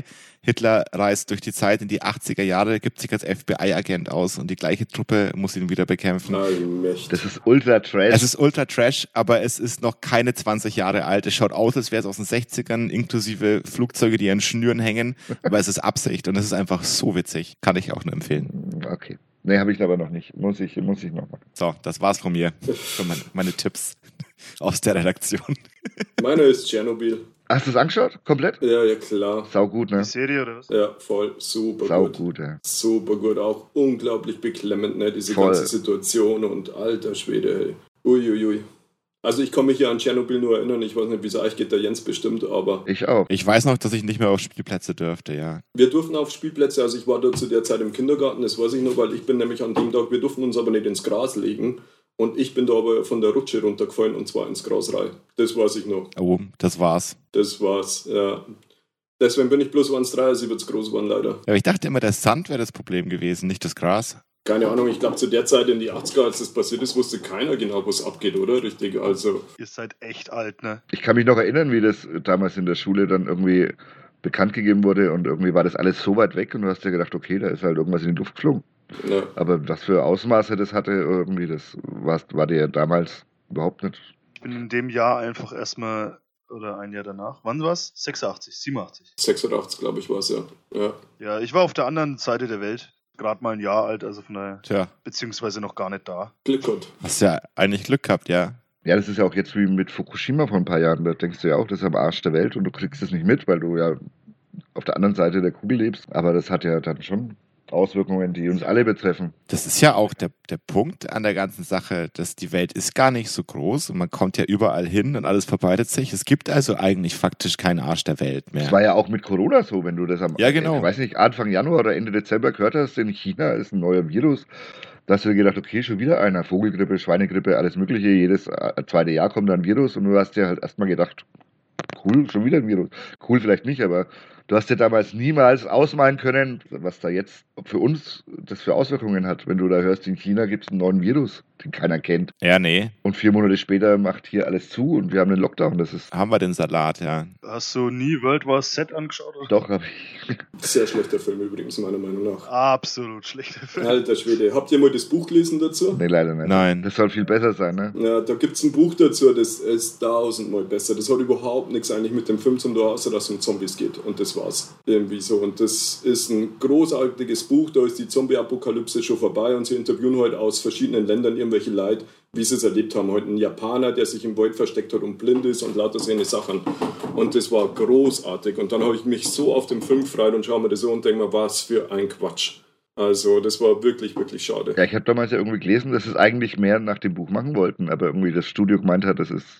Hitler reist durch die Zeit in die 80er Jahre, gibt sich als FBI-Agent aus und die gleiche Truppe muss ihn wieder bekämpfen. Das ist ultra trash. Es ist ultra trash, aber es ist noch keine 20 Jahre alt. Es schaut aus, als wäre es aus den 60ern, inklusive Flugzeuge, die an Schnüren hängen, aber es ist Absicht und es ist einfach so witzig. Kann ich auch nur empfehlen. Okay. Nee, habe ich aber noch nicht. Muss ich noch machen. So, das war's von mir. Für meine Tipps aus der Redaktion. Meiner ist Tschernobyl. Hast du es angeschaut? Komplett? Ja, klar. Sau gut, ne? Die Serie oder was? Ja, voll. Super Sau gut. gut, ja. Super gut. Auch unglaublich beklemmend, ne? Diese Voll. ganze Situation und alter Schwede, hey. Uiuiui. Also ich kann mich hier an Tschernobyl nur erinnern. Ich weiß nicht, wie es euch geht, der Jens bestimmt, aber Ich auch. Ich weiß noch, dass ich nicht mehr auf Spielplätze dürfte, ja. wir durften auf Spielplätze, also ich war da zu der Zeit im Kindergarten, das weiß ich noch, weil ich bin nämlich an dem Tag, wir durften uns aber nicht ins Gras legen und ich bin da aber von der Rutsche runtergefallen und zwar ins Gras rein. Das weiß ich noch. Oh, das war's. Das war's, ja. Deswegen bin ich bloß 1,73 groß geworden, leider. Ja, aber ich dachte immer, der Sand wäre das Problem gewesen, nicht das Gras. Keine Ahnung, ich glaube zu der Zeit in die 80er, als das passiert ist, wusste keiner genau, was abgeht, oder? Richtig, also... Ihr seid echt alt, ne? Ich kann mich noch erinnern, wie das damals in der Schule dann irgendwie bekannt gegeben wurde und irgendwie war das alles so weit weg und du hast dir gedacht, okay, da ist halt irgendwas in die Luft geflogen. Ja. Aber was für Ausmaße das hatte, irgendwie, das war dir damals überhaupt nicht. Ich bin in dem Jahr einfach erstmal, oder ein Jahr danach, wann war's? 86, 87. 86, glaube ich, war es, ja. Ja, ich war auf der anderen Seite der Welt. Gerade mal ein Jahr alt, also von daher, Tja, beziehungsweise noch gar nicht da. Glück gehabt. hast ja eigentlich Glück gehabt, ja. Ja, das ist ja auch jetzt wie mit Fukushima vor ein paar Jahren. Da denkst du ja auch, das ist am Arsch der Welt und du kriegst es nicht mit, weil du ja auf der anderen Seite der Kugel lebst. Aber das hat ja dann schon Auswirkungen, die uns alle betreffen. Das ist ja auch der Punkt an der ganzen Sache, dass die Welt ist gar nicht so groß und man kommt ja überall hin und alles verbreitet sich. Es gibt also eigentlich faktisch keinen Arsch der Welt mehr. Das war ja auch mit Corona so, wenn du das Ja, genau. ich weiß nicht, Anfang Januar oder Ende Dezember gehört hast, in China ist ein neuer Virus. Da hast du dir gedacht, okay, schon wieder einer. Vogelgrippe, Schweinegrippe, alles mögliche. Jedes zweite Jahr kommt da ein Virus und du hast dir halt erstmal gedacht, cool, schon wieder ein Virus. Cool vielleicht nicht, aber du hast dir damals niemals ausmalen können, was da jetzt für uns das für Auswirkungen hat. Wenn du da hörst, in China gibt es einen neuen Virus, den keiner kennt. Ja, nee. Und 4 Monate später macht hier alles zu und wir haben einen Lockdown. Das ist Haben wir den Salat, ja. Hast du nie World War Z angeschaut? Oder? doch, hab ich. Sehr schlechter Film übrigens, meiner Meinung nach. Absolut schlechter Film. Alter Schwede. Habt ihr mal das Buch gelesen dazu? Nee, leider nicht. Nein. Das soll viel besser sein, ne? Ja, da gibt es ein Buch dazu, das ist 1000-mal besser. Das hat überhaupt nichts eigentlich mit dem Film zu tun, außer dass es um Zombies geht. Und das war's. Irgendwie so. Und das ist ein großartiges Buch. Da ist die Zombie-Apokalypse schon vorbei und sie interviewen heute aus verschiedenen Ländern irgendwelche Leute, wie sie es erlebt haben. Heute ein Japaner, der sich im Wald versteckt hat und blind ist und lauter solche Sachen. Und das war großartig. Und dann habe ich mich so auf den Film gefreut und schaue mir das so und denke mir, was für ein Quatsch. Also das war wirklich, wirklich schade. Ja, ich habe damals ja irgendwie gelesen, dass sie es eigentlich mehr nach dem Buch machen wollten, aber irgendwie das Studio gemeint hat, das ist,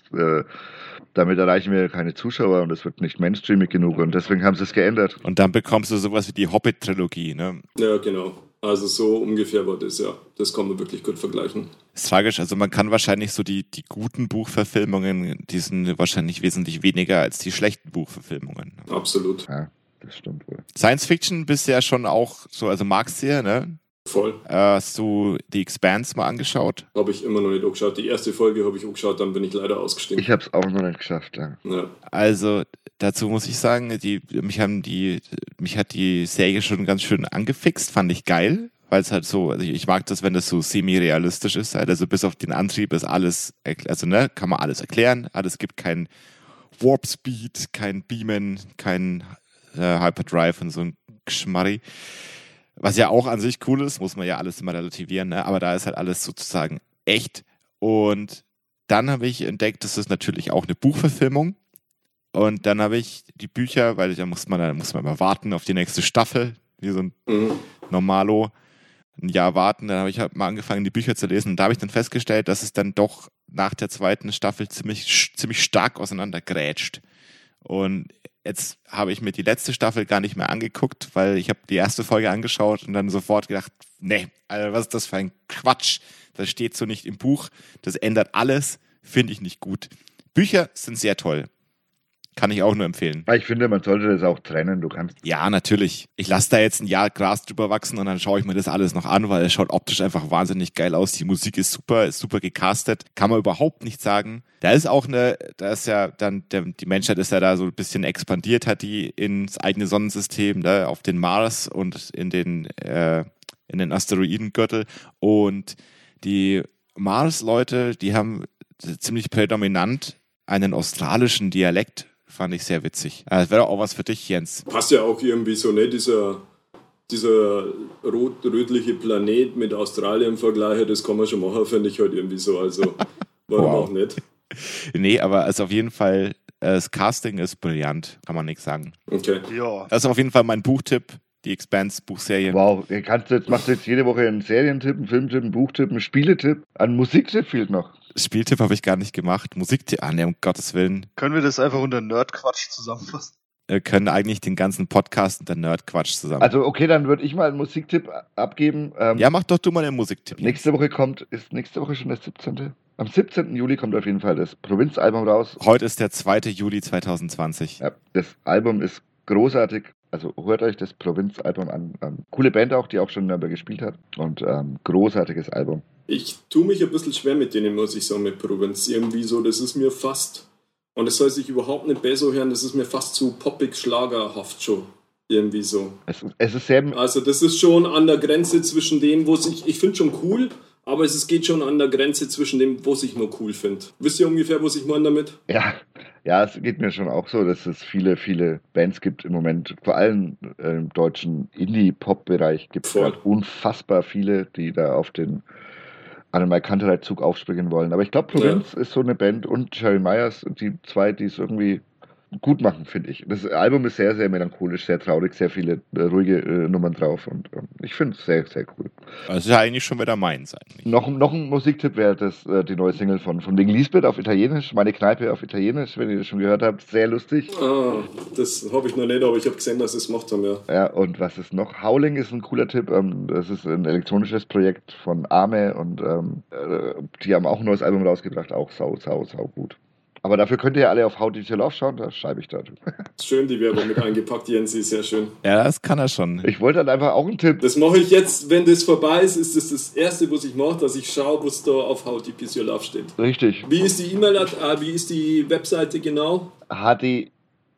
damit erreichen wir keine Zuschauer und das wird nicht mainstreamig genug und deswegen haben sie es geändert. Und dann bekommst du sowas wie die Hobbit-Trilogie, ne? Ja, genau. Also so ungefähr war das, ja. Das kann man wirklich gut vergleichen. Ist tragisch, also man kann wahrscheinlich so die guten Buchverfilmungen, die sind wahrscheinlich wesentlich weniger als die schlechten Buchverfilmungen. Absolut. Ja, das stimmt wohl. Science Fiction bist du ja schon auch so, also magst du ja, ne? Voll. Hast du die Expanse mal angeschaut? Habe ich immer noch nicht angeschaut. Die erste Folge habe ich angeschaut, dann bin ich leider ausgestiegen. Ich habe es auch noch nicht geschafft, ja. Ja. Also dazu muss ich sagen, mich hat die Serie schon ganz schön angefixt, fand ich geil, weil es halt so, also ich mag das, wenn das so semi-realistisch ist, halt, also bis auf den Antrieb ist alles, also ne, kann man alles erklären, alles gibt kein Warp Speed, kein Beamen, kein Hyperdrive und so ein Geschmarri. Was ja auch an sich cool ist, muss man ja alles immer relativieren, ne? Aber da ist halt alles sozusagen echt. Und dann habe ich entdeckt, das ist natürlich auch eine Buchverfilmung. Und dann habe ich die Bücher, weil da muss man immer warten auf die nächste Staffel, wie so ein Normalo, ein Jahr warten. Dann habe ich halt mal angefangen, die Bücher zu lesen. Und da habe ich dann festgestellt, dass es dann doch nach der zweiten Staffel ziemlich stark auseinandergrätscht. Und jetzt habe ich mir die letzte Staffel gar nicht mehr angeguckt, weil ich habe die erste Folge angeschaut und dann sofort gedacht, nee, Alter, was ist das für ein Quatsch? Das steht so nicht im Buch. Das ändert alles, finde ich nicht gut. Bücher sind sehr toll. Kann ich auch nur empfehlen. Ich finde, man sollte das auch trennen. Du kannst. Ja, natürlich. Ich lasse da jetzt ein Jahr Gras drüber wachsen und dann schaue ich mir das alles noch an, weil es schaut optisch einfach wahnsinnig geil aus. Die Musik ist super gecastet. Kann man überhaupt nicht sagen. Da ist ja dann, die Menschheit ist ja da so ein bisschen expandiert, hat die ins eigene Sonnensystem, ne, auf den Mars und in den Asteroidengürtel. Und die Mars-Leute, die haben ziemlich prädominant einen australischen Dialekt. Fand ich sehr witzig. Das wäre auch was für dich, Jens. Passt ja auch irgendwie so, ne? Dieser rot-rötliche Planet mit Australien im Vergleich, das kann man schon machen, finde ich halt irgendwie so. Also, warum auch nicht? Nee, aber also auf jeden Fall, das Casting ist brillant, kann man nichts sagen. Okay. Ja. Das ist auf jeden Fall mein Buchtipp, die Expanse-Buchserie. Wow, machst du jetzt jede Woche einen Serientipp, einen Filmtipp, einen Buchtipp, einen Spieletipp. Ein Musiktipp fehlt noch. Spieltipp habe ich gar nicht gemacht. Musiktipp, nee, um Gottes Willen. Können wir das einfach unter Nerdquatsch zusammenfassen? Wir können eigentlich den ganzen Podcast unter Nerdquatsch zusammen. Also okay, dann würde ich mal einen Musiktipp abgeben. Ja, mach doch du mal den Musiktipp. Nächste Woche ist nächste Woche schon der 17.? Am 17. Juli kommt auf jeden Fall das Provinzalbum raus. Heute ist der 2. Juli 2020. Ja, das Album ist großartig. Also hört euch das Provinzalbum an. Coole Band auch, die auch schon in Nürnberg gespielt hat. Und großartiges Album. Ich tue mich ein bisschen schwer mit denen, muss ich sagen, mit Provinz. Irgendwie so, das ist mir fast, und das soll sich überhaupt nicht besser hören, das ist mir fast zu poppig, schlagerhaft schon. Irgendwie so. Es ist sehr... Also das ist schon an der Grenze zwischen dem, ich finde schon cool, aber geht schon an der Grenze zwischen dem, was ich nur cool finde. Wisst ihr ungefähr, was ich meine damit? Ja, es geht mir schon auch so, dass es viele Bands gibt im Moment, vor allem im deutschen Indie-Pop-Bereich gibt es halt unfassbar viele, die da an den Kantereit-Zug aufspringen wollen. Aber ich glaube, Provinz ist so eine Band und Jerry Myers, die zwei, die es irgendwie gut machen, finde ich. Das Album ist sehr, sehr melancholisch, sehr traurig, sehr viele ruhige Nummern drauf und ich finde es sehr, sehr cool. Das ist ja eigentlich schon wieder meins eigentlich. Noch ein Musiktipp wäre die neue Single von Ding Lisbeth auf Italienisch, Meine Kneipe auf Italienisch, wenn ihr das schon gehört habt, sehr lustig. Das habe ich noch nicht, aber ich habe gesehen, dass sie es gemacht haben, ja. Ja, und was ist noch? Howling ist ein cooler Tipp, das ist ein elektronisches Projekt von Arme und die haben auch ein neues Album rausgebracht, auch sau gut. Aber dafür könnt ihr ja alle auf How Did You Love schauen, da schreibe ich da. Schön die Werbung mit eingepackt, Jensi, sehr schön. Ja, das kann er schon. Ich wollte dann einfach auch einen Tipp. Das mache ich jetzt, wenn das vorbei ist, ist das Erste, was ich mache, dass ich schaue, was da auf How Deep Is Your Love steht. Richtig. Wie ist die wie ist die Webseite genau? HDIYL.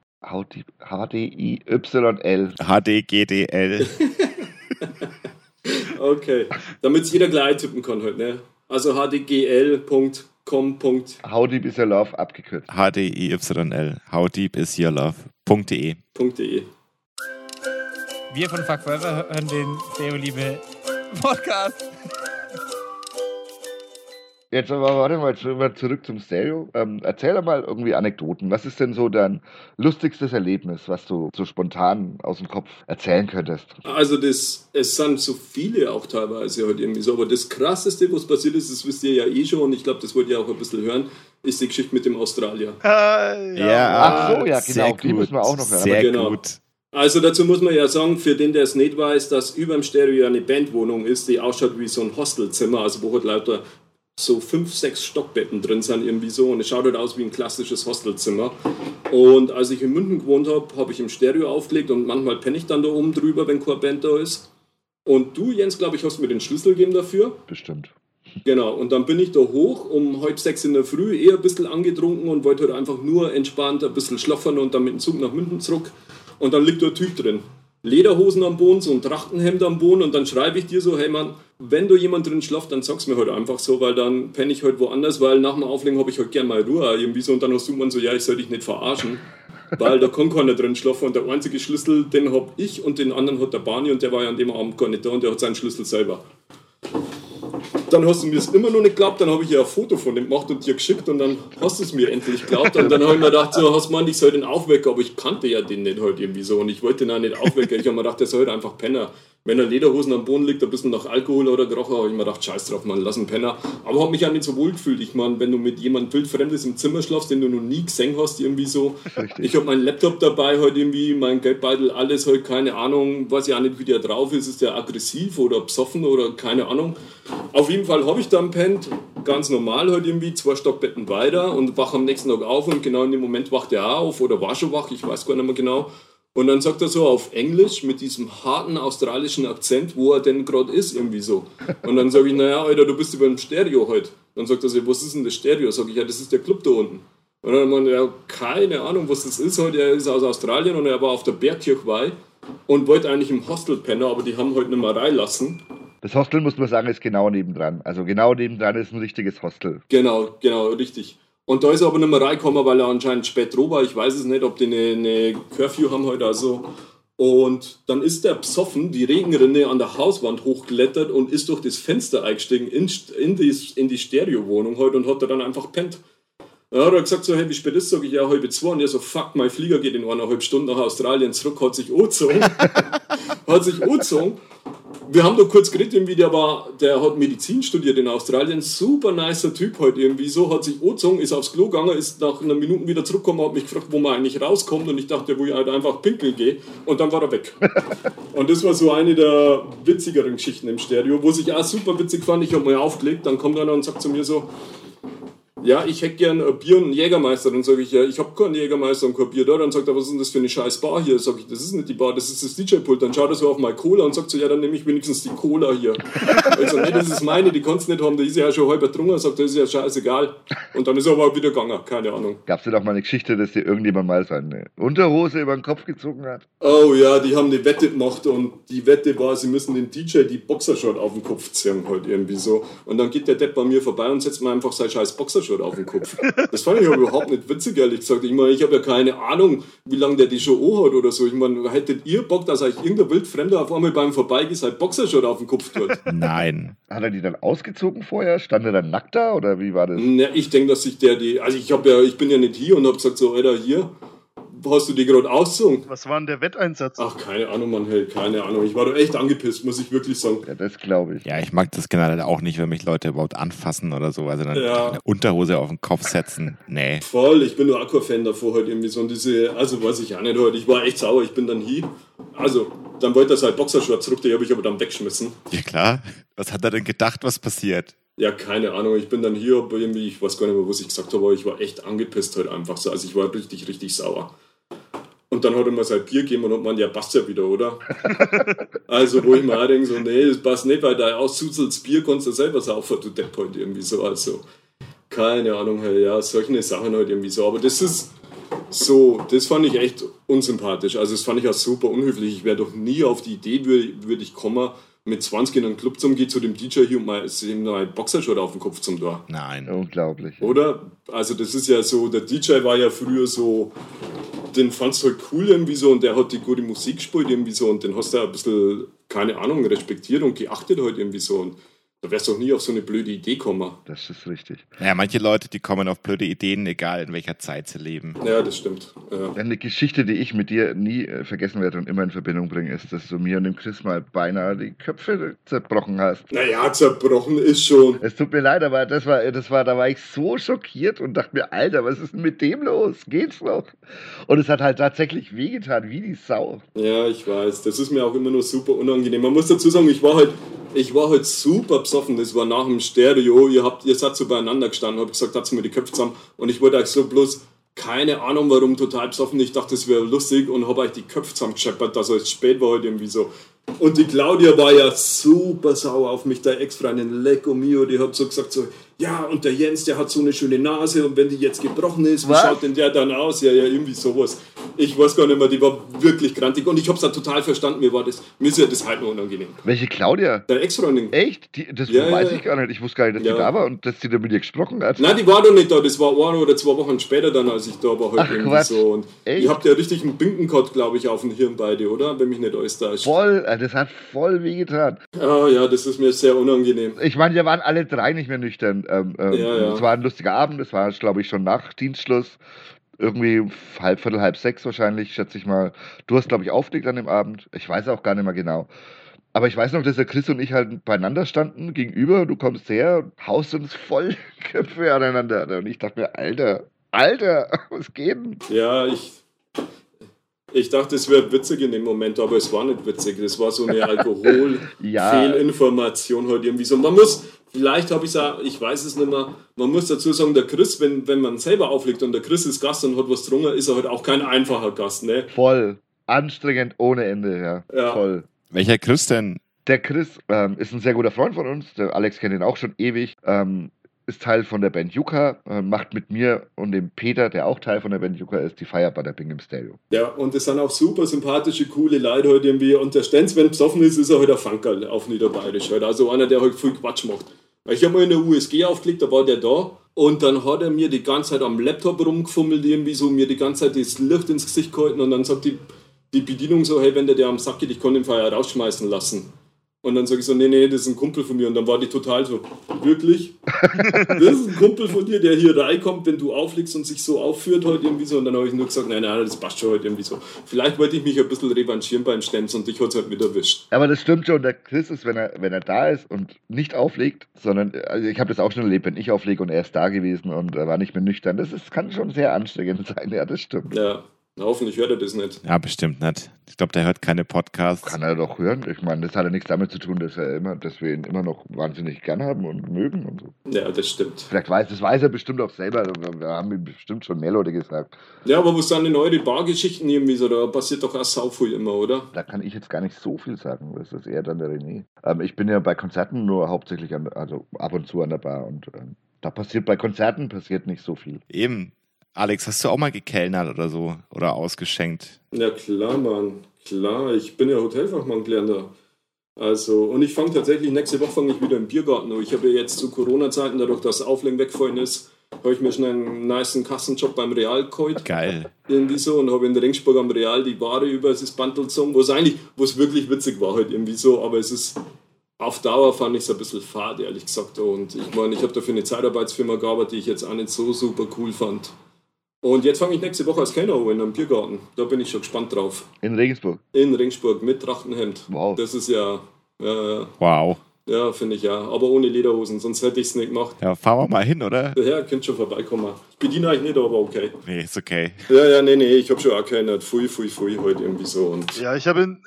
HDGDL. Okay, damit es jeder gleich tippen kann halt, ne? Also hdgl.com. How Deep Is Your Love abgekürzt. HDIYL. howdeepisyourlove.de. Wir von Fuck Forever hören den Stereoliebe Podcast. Jetzt aber warte mal zurück zum Stereo. Erzähl doch mal irgendwie Anekdoten. Was ist denn so dein lustigstes Erlebnis, was du so spontan aus dem Kopf erzählen könntest? Also es sind so viele auch teilweise halt irgendwie so, aber das Krasseste, was passiert ist, das wisst ihr ja eh schon und ich glaube, das wollt ihr auch ein bisschen hören, ist die Geschichte mit dem Australier. Ach so, ja genau, die müssen wir auch noch hören. Sehr genau. gut. Also dazu muss man ja sagen, für den, der es nicht weiß, dass über dem Stereo eine Bandwohnung ist, die ausschaut wie so ein Hostelzimmer, also wo halt lauter so 5, 6 Stockbetten drin sind irgendwie so und es schaut halt aus wie ein klassisches Hostelzimmer. Und als ich in München gewohnt habe, habe ich im Stereo aufgelegt und manchmal penne ich dann da oben drüber, wenn keine Band da ist. Und du, Jens, glaube ich, hast mir den Schlüssel gegeben dafür. Bestimmt. Genau, und dann bin ich da hoch um 5:30 in der Früh, eher ein bisschen angetrunken und wollte halt einfach nur entspannt ein bisschen schlafen und dann mit dem Zug nach München zurück. Und dann liegt da ein Typ drin. Lederhosen am Boden, so ein Trachtenhemd am Boden und dann schreibe ich dir so, hey Mann, wenn da jemand drin schlaft, dann sag's mir halt einfach so, weil dann penne ich halt woanders, weil nach dem Auflegen habe ich halt gern mal Ruhe irgendwie so und dann hast du man so, ja, ich soll dich nicht verarschen, weil da kann keiner drin schlafen und der einzige Schlüssel, den hab ich und den anderen hat der Barney und der war ja an dem Abend gar nicht da und der hat seinen Schlüssel selber. Dann hast du mir es immer noch nicht geglaubt, dann habe ich ja ein Foto von dem gemacht und dir geschickt und dann hast du es mir endlich geglaubt und dann habe ich mir gedacht, so, hast du ich soll den aufwecken, aber ich kannte ja den nicht halt irgendwie so und ich wollte den auch nicht aufwecken, ich habe mir gedacht, der soll halt einfach Penner. Wenn er Lederhosen am Boden liegt, ein bisschen nach Alkohol oder Geruch, habe ich mir gedacht, scheiß drauf, man, lass einen Penner. Aber habe mich auch nicht so wohl gefühlt. Ich meine, wenn du mit jemandem wildfremdes im Zimmer schlafst, den du noch nie gesehen hast, irgendwie so. Richtig. Ich habe meinen Laptop dabei, halt irgendwie, mein Geldbeutel, alles halt, keine Ahnung, weiß ich auch nicht, wie der drauf ist. Ist der aggressiv oder besoffen oder keine Ahnung. Auf jeden Fall habe ich dann pennt ganz normal halt irgendwie, 2 Stockbetten weiter und wach am nächsten Tag auf und genau in dem Moment wacht er auch auf oder war schon wach, ich weiß gar nicht mehr genau. Und dann sagt er so auf Englisch mit diesem harten australischen Akzent, wo er denn gerade ist, irgendwie so. Und dann sage ich, naja, Alter, du bist über dem Stereo heute. Dann sagt er so, was ist denn das Stereo? Sag ich, ja, das ist der Club da unten. Und dann meinte er, keine Ahnung, was das ist heute. Er ist aus Australien und er war auf der Bergkirchweih und wollte eigentlich im Hostel pennen, aber die haben heute nicht mehr reinlassen. Das Hostel, muss man sagen, ist genau nebendran. Also genau nebendran ist ein richtiges Hostel. Genau, richtig. Und da ist er aber nicht mehr reingekommen, weil er anscheinend spät dran war. Ich weiß es nicht, ob die eine Curfew haben heute also. Und dann ist der besoffen die Regenrinne an der Hauswand hochgeklettert und ist durch das Fenster eingestiegen in die Stereowohnung heute und hat da dann einfach pennt. Ja, hat er gesagt so, hey, wie spät ist? Sag ich, ja, 1:30. Und er so, fuck, mein Flieger geht in 1,5 Stunden nach Australien zurück, hat sich angezogen. Wir haben da kurz geredet, irgendwie, der hat Medizin studiert in Australien, super nicer Typ halt irgendwie so, hat sich angezogen, ist aufs Klo gegangen, ist nach einer Minute wieder zurückgekommen, hat mich gefragt, wo man eigentlich rauskommt und ich dachte, wo ich halt einfach pinkeln gehe und dann war er weg. Und das war so eine der witzigeren Geschichten im Stereo, wo ich auch super witzig fand, ich habe mal aufgelegt, dann kommt einer und sagt zu mir so, ja, ich hätte gern ein Bier und einen Jägermeister. Dann sage ich, ja, ich habe keinen Jägermeister und kein Bier da. Dann sagt er, was ist denn das für eine scheiß Bar hier? Sag ich, das ist nicht die Bar, das ist das DJ-Pult. Dann schaut er so auf meine Cola und sagt so, ja, dann nehme ich wenigstens die Cola hier. Ich sage, nee, das ist meine, die kannst du nicht haben, da ist ja schon halb ertrunken. Sagt, das ist ja scheißegal. Und dann ist er aber wieder gegangen, keine Ahnung. Gab es denn auch mal eine Geschichte, dass dir irgendjemand mal seine Unterhose über den Kopf gezogen hat? Oh ja, die haben eine Wette gemacht und die Wette war, sie müssen dem DJ die Boxershort auf den Kopf ziehen, halt irgendwie so. Und dann geht der Depp bei mir vorbei und setzt mir einfach sein scheiß Boxershort auf den Kopf. Das fand ich aber überhaupt nicht witzig, ehrlich gesagt. Ich meine, ich habe ja keine Ahnung, wie lange der die schon anhat oder so. Ich meine, hättet ihr Bock, dass euch irgendein Wildfremder auf einmal beim Vorbeigehen sein Boxershort auf den Kopf tut? Nein. Hat er die dann ausgezogen vorher? Stand er dann nackt da oder wie war das? Ne, ich denke, dass sich also ich bin ja nicht hier und habe gesagt so, Alter, hier, hast du die gerade ausgezogen? Was war denn der Wetteinsatz? Ach, keine Ahnung, Mann, hey, keine Ahnung. Ich war da echt angepisst, muss ich wirklich sagen. Ja, das glaube ich. Ja, ich mag das generell auch nicht, wenn mich Leute überhaupt anfassen oder so, also dann eine Unterhose auf den Kopf setzen. Nee. Voll, ich bin nur Aquafan davor halt irgendwie so und also weiß ich auch nicht heute. Ich war echt sauer, ich bin dann hier. Also, dann wollte er sein Boxershort zurück, die habe ich aber dann weggeschmissen. Ja klar, was hat er denn gedacht, was passiert? Ja, keine Ahnung, ich bin dann hier, aber irgendwie, ich weiß gar nicht mehr, was ich gesagt habe, aber ich war echt angepisst halt einfach so, also ich war richtig, richtig sauer. Und dann hat er mir sein Bier gegeben und hat gemeint, ja, passt ja wieder, oder? Also, wo ich mir auch denke, so, nee, das passt nicht, weil dein auszuzeltes Bier kannst du selber saufen, du Depp halt irgendwie so, also, keine Ahnung, hey, ja, solche Sachen halt irgendwie so, aber das ist so, das fand ich echt unsympathisch, also das fand ich auch super unhöflich, ich wäre doch nie auf die Idee, würde ich kommen, mit 20 in einen Club zum gehen, zu dem DJ hier und mal ein Boxershort auf den Kopf zum Tor. Nein. Unglaublich. Oder? Also das ist ja so, der DJ war ja früher so, den fandst du halt cool irgendwie so und der hat die gute Musik gespielt irgendwie so und den hast du ein bisschen, keine Ahnung, respektiert und geachtet halt irgendwie so und da wärst du doch nie auf so eine blöde Idee gekommen. Das ist richtig. Ja, manche Leute, die kommen auf blöde Ideen, egal in welcher Zeit sie leben. Ja, das stimmt. Ja. Eine Geschichte, die ich mit dir nie vergessen werde und immer in Verbindung bringe, ist, dass du mir und dem Chris mal beinahe die Köpfe zerbrochen hast. Naja, zerbrochen ist schon. Es tut mir leid, aber da war ich so schockiert und dachte mir, Alter, was ist denn mit dem los? Geht's noch? Und es hat halt tatsächlich wehgetan, wie die Sau. Ja, ich weiß. Das ist mir auch immer nur super unangenehm. Man muss dazu sagen, ich war halt super besoffen. Das war nach dem Stereo. Ihr seid so beieinander gestanden, habe gesagt, hat's mir die Köpfe zusammen. Und ich wollte euch so bloß, keine Ahnung warum, total besoffen. Ich dachte, das wäre lustig und habe euch die Köpfe zusammengescheppert, dass es spät war heute irgendwie so. Und die Claudia war ja super sauer auf mich, der Ex-Freundin Lecco Mio, die hat so gesagt so, ja, und der Jens, der hat so eine schöne Nase und wenn die jetzt gebrochen ist, wie schaut denn der dann aus? Ja, irgendwie sowas. Ich weiß gar nicht mehr, die war wirklich grantig und ich hab's dann total verstanden, mir ist ja das halt nur unangenehm. Welche Claudia? Der Ex-Freundin. Echt? Das weiß ich gar nicht. Ich wusste gar nicht, dass die da war und dass die da mit dir gesprochen hat. Nein, die war doch nicht da. Das war 1 oder 2 Wochen später dann, als ich da war. Halt irgendwie Quatsch. So. Und echt? ihr habt ja richtig einen Binken gehabt, glaube ich, auf dem Hirn beide, oder? Wenn mich nicht alles täuscht. Voll, das hat voll wehgetan. Ja, das ist mir sehr unangenehm. Ich meine, wir waren alle 3 nicht mehr nüchtern. Es war ein lustiger Abend, es war, glaube ich, schon nach Dienstschluss. Irgendwie 5:15, 5:30 wahrscheinlich, schätze ich mal. Du hast, glaube ich, aufgelegt an dem Abend. Ich weiß auch gar nicht mehr genau. Aber ich weiß noch, dass der Chris und ich halt beieinander standen, gegenüber. Du kommst her, haust uns voll Köpfe aneinander. Und ich dachte mir, Alter, was geht denn? Ja, ich dachte, es wäre witzig in dem Moment, aber es war nicht witzig. Das war so eine Alkohol-Fehlinformation halt irgendwie so. Man muss Vielleicht habe ich es auch, ich weiß es nicht mehr. Man muss dazu sagen, der Chris, wenn man selber auflegt und der Chris ist Gast und hat was getrunken, ist er halt auch kein einfacher Gast, ne? Voll. Anstrengend ohne Ende, ja. Voll. Welcher Chris denn? Der Chris ist ein sehr guter Freund von uns. Der Alex kennt ihn auch schon ewig. Ist Teil von der Band Yucca, macht mit mir und dem Peter, der auch Teil von der Band Yucca ist, die Feierbanderbing im Stereo. Ja, und das sind auch super sympathische, coole Leute halt irgendwie. Und der Stenz, wenn er besoffen ist er halt ein Funkerl auf Niederbayerisch. Halt. Also einer, der halt viel Quatsch macht. Ich habe mal in der USG aufgelegt, da war der da. Und dann hat er mir die ganze Zeit am Laptop rumgefummelt, irgendwie so, mir die ganze Zeit das Licht ins Gesicht gehalten. Und dann sagt die Bedienung so, hey, wenn der am Sack geht, ich kann den Feuer rausschmeißen lassen. Und dann sage ich so, nee, das ist ein Kumpel von mir. Und dann war die total so, wirklich? Das ist ein Kumpel von dir, der hier reinkommt, wenn du auflegst und sich so aufführt halt irgendwie so. Und dann habe ich nur gesagt, nein, das passt schon halt irgendwie so. Vielleicht wollte ich mich ein bisschen revanchieren beim Stenz und dich hat es halt mit erwischt. Aber das stimmt schon, der Chris ist, wenn er da ist und nicht auflegt, sondern, also ich habe das auch schon erlebt, wenn ich auflege und er ist da gewesen und er war nicht mehr nüchtern. Kann schon sehr anstrengend sein, ja, das stimmt. Ja. Hoffentlich hört er das nicht. Ja, bestimmt nicht. Ich glaube, der hört keine Podcasts. Kann er doch hören. Ich meine, das hat ja nichts damit zu tun, dass wir ihn immer noch wahnsinnig gern haben und mögen und so. Ja, das stimmt. Das weiß er bestimmt auch selber. Wir haben ihm bestimmt schon mehr Leute gesagt. Ja, aber was sind denn eure Bargeschichten irgendwie so? Da passiert doch auch sau viel immer, oder? Da kann ich jetzt gar nicht so viel sagen. Das ist eher dann der René. Ich bin ja bei Konzerten nur hauptsächlich also ab und zu an der Bar und bei Konzerten passiert nicht so viel. Eben. Alex, hast du auch mal gekellnert oder so? Oder ausgeschenkt? Ja klar, Mann. Klar, ich bin ja Hotelfachmann gelernter. Also, und ich fange tatsächlich, nächste Woche fange ich wieder im Biergarten an. Ich habe ja jetzt zu Corona-Zeiten, dadurch, dass Auflegen weggefallen ist, habe ich mir schon einen nicen Kassenjob beim Real geholt. Geil. Irgendwie so und habe in der Ringsburg am Real die Ware über das Bandel gezogen, wo es wirklich witzig war halt irgendwie so, aber es ist... Auf Dauer fand ich es ein bisschen fad, ehrlich gesagt. Und ich meine, ich habe da für eine Zeitarbeitsfirma gearbeitet, die ich jetzt auch nicht so super cool fand. Und jetzt fange ich nächste Woche als Kellner an in einem Biergarten. Da bin ich schon gespannt drauf. In Regensburg? In Regensburg mit Trachtenhemd. Wow. Das ist ja... Wow. Ja, finde ich ja. Aber ohne Lederhosen, sonst hätte ich es nicht gemacht. Ja, fahren wir mal hin, oder? Ja, könnt schon vorbeikommen. Ich bediene eigentlich nicht, aber okay. Nee, ist okay. Ja, nee, ich habe schon auch keine Pfui heute irgendwie so. Und ja, ich habe in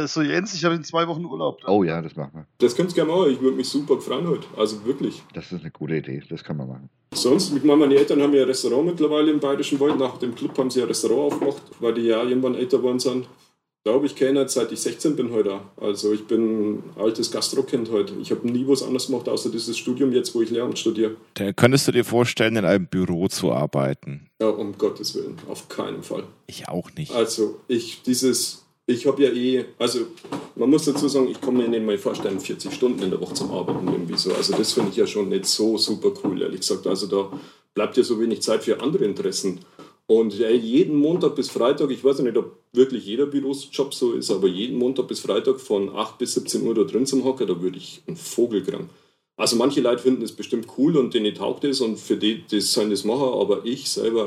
2 Wochen Urlaub. Oh ja, das machen wir. Das könnt ihr gerne machen, ich würde mich super freuen heute. Also wirklich. Das ist eine gute Idee, das kann man machen. Sonst, ich meine, meine Eltern haben ja ein Restaurant mittlerweile im Bayerischen Wald. Nach dem Club haben sie ein Restaurant aufgemacht, weil die ja irgendwann älter geworden sind. Da habe ich gekellnert, seit ich 16 bin heute auch. Also ich bin ein altes Gastrokind heute. Ich habe nie was anderes gemacht, außer dieses Studium jetzt, wo ich Lehramt studiere. Könntest du dir vorstellen, in einem Büro zu arbeiten? Ja, um Gottes Willen, auf keinen Fall. Ich auch nicht. Also ich habe ja also man muss dazu sagen, ich kann mir nicht mal vorstellen, 40 Stunden in der Woche zum Arbeiten irgendwie so. Also das finde ich ja schon nicht so super cool, ehrlich gesagt. Also da bleibt ja so wenig Zeit für andere Interessen. Und jeden Montag bis Freitag, ich weiß nicht, ob wirklich jeder Bürojob so ist, aber jeden Montag bis Freitag von 8 bis 17 Uhr da drin zum Hocker, da würde ich einen Vogel kriegen. Also manche Leute finden es bestimmt cool und denen taugt es und für die das sollen das machen, aber ich selber,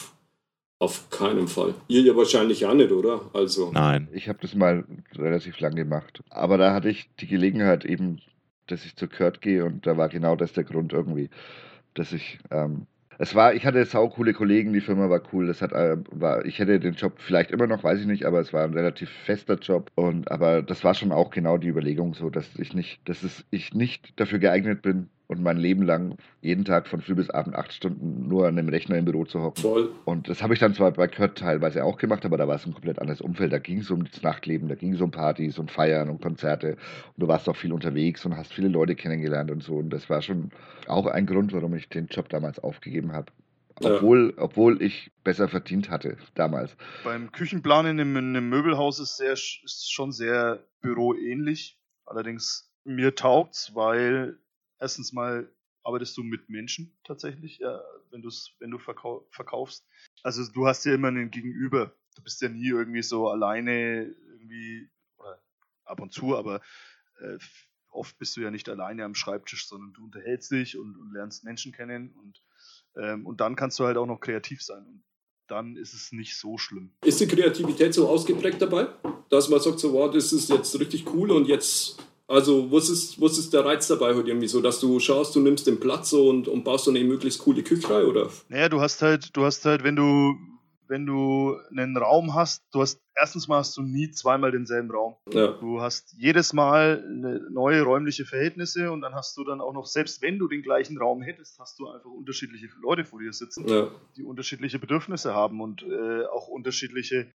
auf keinen Fall. Ihr ja wahrscheinlich auch nicht, oder? Also. Nein. Ich habe das mal relativ lang gemacht, aber da hatte ich die Gelegenheit eben, dass ich zu Kurt gehe und da war genau das der Grund irgendwie, dass ich... ich hatte saucoole Kollegen, die Firma war cool. Ich hätte den Job vielleicht immer noch, weiß ich nicht, aber es war ein relativ fester Job. Aber das war schon auch genau die Überlegung so, dass ich nicht dafür geeignet bin und mein Leben lang jeden Tag von früh bis abend 8 Stunden nur an dem Rechner im Büro zu hocken. Voll. Und das habe ich dann zwar bei Kurt teilweise auch gemacht, aber da war es ein komplett anderes Umfeld. Da ging es um das Nachtleben, da ging es um Partys und Feiern und Konzerte. Und du warst auch viel unterwegs und hast viele Leute kennengelernt und so. Und das war schon auch ein Grund, warum ich den Job damals aufgegeben habe. Obwohl ich besser verdient hatte damals. Beim Küchenplanen in einem Möbelhaus ist schon sehr büroähnlich. Allerdings mir taugt's, weil erstens mal arbeitest du mit Menschen tatsächlich, ja, wenn du verkaufst. Also du hast ja immer einen Gegenüber. Du bist ja nie irgendwie so alleine irgendwie, oder ab und zu, aber oft bist du ja nicht alleine am Schreibtisch, sondern du unterhältst dich und lernst Menschen kennen und dann kannst du halt auch noch kreativ sein. Und dann ist es nicht so schlimm. Ist die Kreativität so ausgeprägt dabei, dass man sagt so, wow, das ist jetzt richtig cool und jetzt... Also, was ist der Reiz dabei halt irgendwie so, dass du schaust, du nimmst den Platz und baust dann eine möglichst coole Küche rein, oder? Naja, du hast halt, wenn wenn du einen Raum hast, erstens mal hast du nie zweimal denselben Raum. Ja. Du hast jedes Mal neue räumliche Verhältnisse und dann hast du dann auch noch, selbst wenn du den gleichen Raum hättest, hast du einfach unterschiedliche Leute vor dir sitzen, die unterschiedliche Bedürfnisse haben und auch unterschiedliche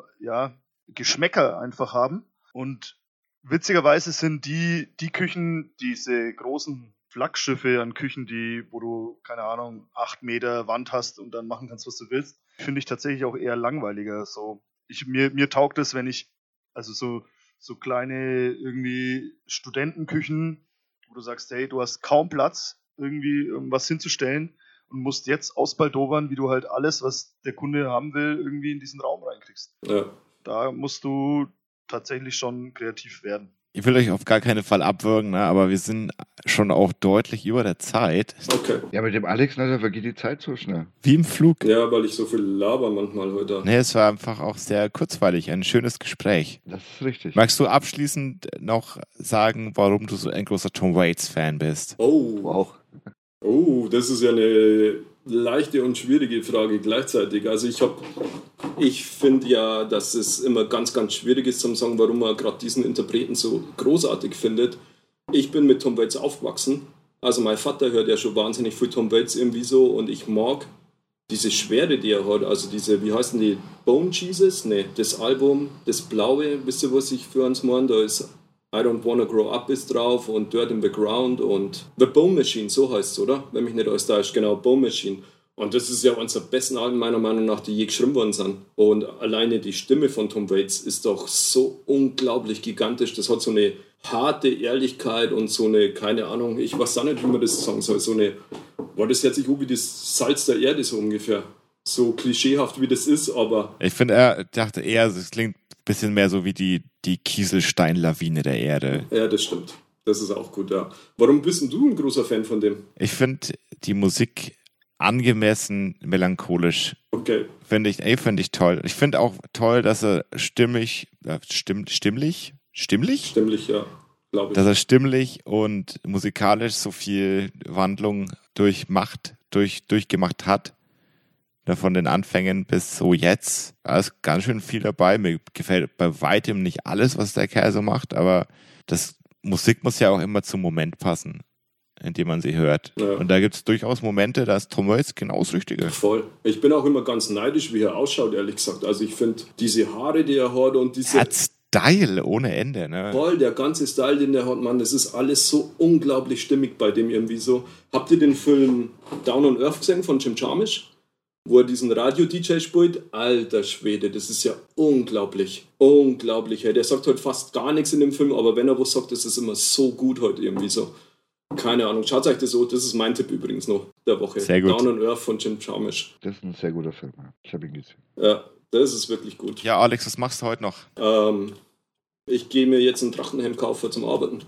Geschmäcker einfach haben. Und witzigerweise sind die Küchen, diese großen Flaggschiffe an Küchen, wo du, keine Ahnung, 8 Meter Wand hast und dann machen kannst, was du willst, finde ich tatsächlich auch eher langweiliger. So, mir taugt es, wenn ich, also so kleine irgendwie Studentenküchen, wo du sagst, hey, du hast kaum Platz, irgendwie irgendwas hinzustellen und musst jetzt ausbaldowern, wie du halt alles, was der Kunde haben will, irgendwie in diesen Raum reinkriegst. Ja. Da musst du tatsächlich schon kreativ werden. Ich will euch auf gar keinen Fall abwürgen, ne, aber wir sind schon auch deutlich über der Zeit. Okay. Ja, mit dem Alex, da vergeht die Zeit so schnell. Wie im Flug. Ja, weil ich so viel laber manchmal heute. Nee, es war einfach auch sehr kurzweilig, ein schönes Gespräch. Das ist richtig. Magst du abschließend noch sagen, warum du so ein großer Tom Waits-Fan bist? Wow. Oh, das ist ja eine leichte und schwierige Frage gleichzeitig. Also ich finde ja, dass es immer ganz, ganz schwierig ist zum sagen, warum man gerade diesen Interpreten so großartig findet. Ich bin mit Tom Waits aufgewachsen. Also mein Vater hört ja schon wahnsinnig viel Tom Waits irgendwie so und ich mag diese Schwere, die er hat. Also diese, wie heißen die, Bone Jesus? Ne, das Album, das Blaue, wisst ihr, was ich für uns meine? Da ist I Don't Wanna Grow Up ist drauf und Dirt in the Ground und The Bone Machine, so heißt es, oder? Wenn mich nicht alles täuscht, genau, Bone Machine. Und das ist ja eines der besten Alben meiner Meinung nach, die je geschrieben worden sind. Und alleine die Stimme von Tom Waits ist doch so unglaublich gigantisch. Das hat so eine harte Ehrlichkeit und so eine, keine Ahnung, ich weiß auch nicht, wie man das sagen soll, so eine, das hört sich an wie das Salz der Erde so ungefähr. So klischeehaft wie das ist, aber... Ich finde, er dachte eher, es klingt ein bisschen mehr so wie die Kieselsteinlawine der Erde. Ja, das stimmt. Das ist auch gut, ja. Warum bist denn du ein großer Fan von dem? Ich finde die Musik angemessen melancholisch. Okay. Finde ich toll. Ich finde auch toll, dass er stimmlich, ja, glaube ich. Dass er stimmlich und musikalisch so viel Wandlung durchgemacht hat. Von den Anfängen bis so jetzt. Da ist ganz schön viel dabei. Mir gefällt bei weitem nicht alles, was der Kerl so macht, aber Musik muss ja auch immer zum Moment passen, in dem man sie hört. Ja. Und da gibt es durchaus Momente, da ist Tom Waits genau das Richtige. Voll. Ich bin auch immer ganz neidisch, wie er ausschaut, ehrlich gesagt. Also ich finde, diese Haare, die er hat und diese... Er hat Style ohne Ende, ne? Voll, der ganze Style, den der hat, Mann, das ist alles so unglaublich stimmig bei dem irgendwie so. Habt ihr den Film Down on Earth gesehen von Jim Jarmusch? Wo er diesen Radio-DJ spielt, alter Schwede, das ist ja unglaublich. Unglaublich. Der sagt halt fast gar nichts in dem Film, aber wenn er was sagt, das ist immer so gut heute irgendwie so. Keine Ahnung, schaut euch das so, das ist mein Tipp übrigens noch der Woche. Sehr gut. Down on Earth von Jim Jarmusch. Das ist ein sehr guter Film, ich habe ihn gesehen. Ja, das ist wirklich gut. Ja, Alex, was machst du heute noch? Ich gehe mir jetzt ein Drachenhemd kaufen zum Arbeiten.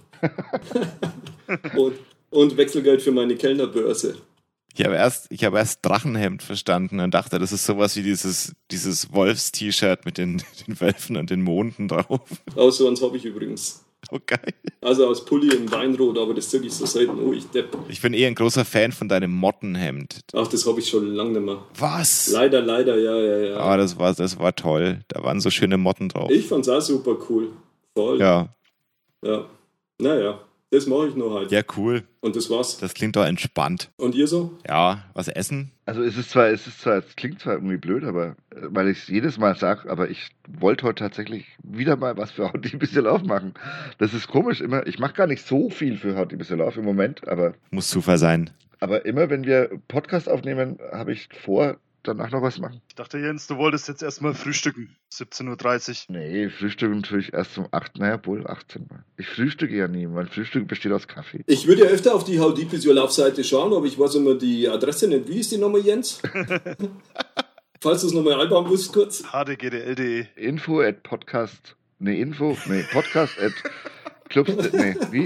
und Wechselgeld für meine Kellnerbörse. Ich habe erst Drachenhemd verstanden und dachte, das ist sowas wie dieses Wolfs-T-Shirt mit den Wölfen und den Monden drauf. So eins habe ich übrigens. Oh, geil. Also aus Pulli in Weinrot, aber das ziehe ich so selten. Oh, ich depp. Ich bin eher ein großer Fan von deinem Mottenhemd. Ach, das habe ich schon lange nicht mehr. Was? Leider, ja. Aber das war toll. Da waren so schöne Motten drauf. Ich fand's auch super cool. Voll. Ja. Naja. Das mache ich nur halt. Ja, cool. Und das war's. Das klingt doch entspannt. Und ihr so? Ja, was essen? Also es klingt zwar irgendwie blöd, aber weil ich es jedes Mal sage, aber ich wollte heute tatsächlich wieder mal was für Hot Ibis machen. Das ist komisch immer. Ich mache gar nicht so viel für Hot Ibis im Moment, aber... Muss Zufall sein. Aber immer, wenn wir Podcast aufnehmen, habe ich vor, danach noch was machen. Ich dachte, Jens, du wolltest jetzt erstmal frühstücken. 17.30 Uhr. Nee, frühstücken natürlich erst um 18 Uhr. Ich frühstücke ja nie. Mein Frühstück besteht aus Kaffee. Ich würde ja öfter auf die How Deep Is Your Love Seite schauen, aber ich weiß immer die Adresse nicht. Wie ist die nochmal, Jens? Falls du es nochmal einbauen willst, kurz. hdgdl.de Podcast at Clubs... Nee, wie?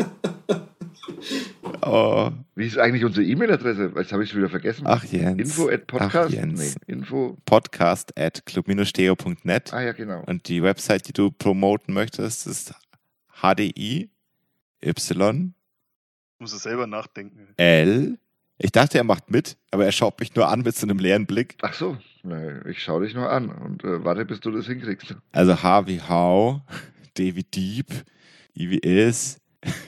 Oh. Wie ist eigentlich unsere E-Mail-Adresse? Jetzt habe ich es wieder vergessen. Ach, Jens. Info@podcast? Jens. Nee, Info. Podcast@club-steo.net. Ah ja, genau. Und die Website, die du promoten möchtest, ist HDI Y. Ich muss es selber nachdenken. L Ich dachte, er macht mit, aber er schaut mich nur an mit so einem leeren Blick. Ach so, nee, ich schaue dich nur an und warte, bis du das hinkriegst. Also H wie How, D wie Deep, I wie Is,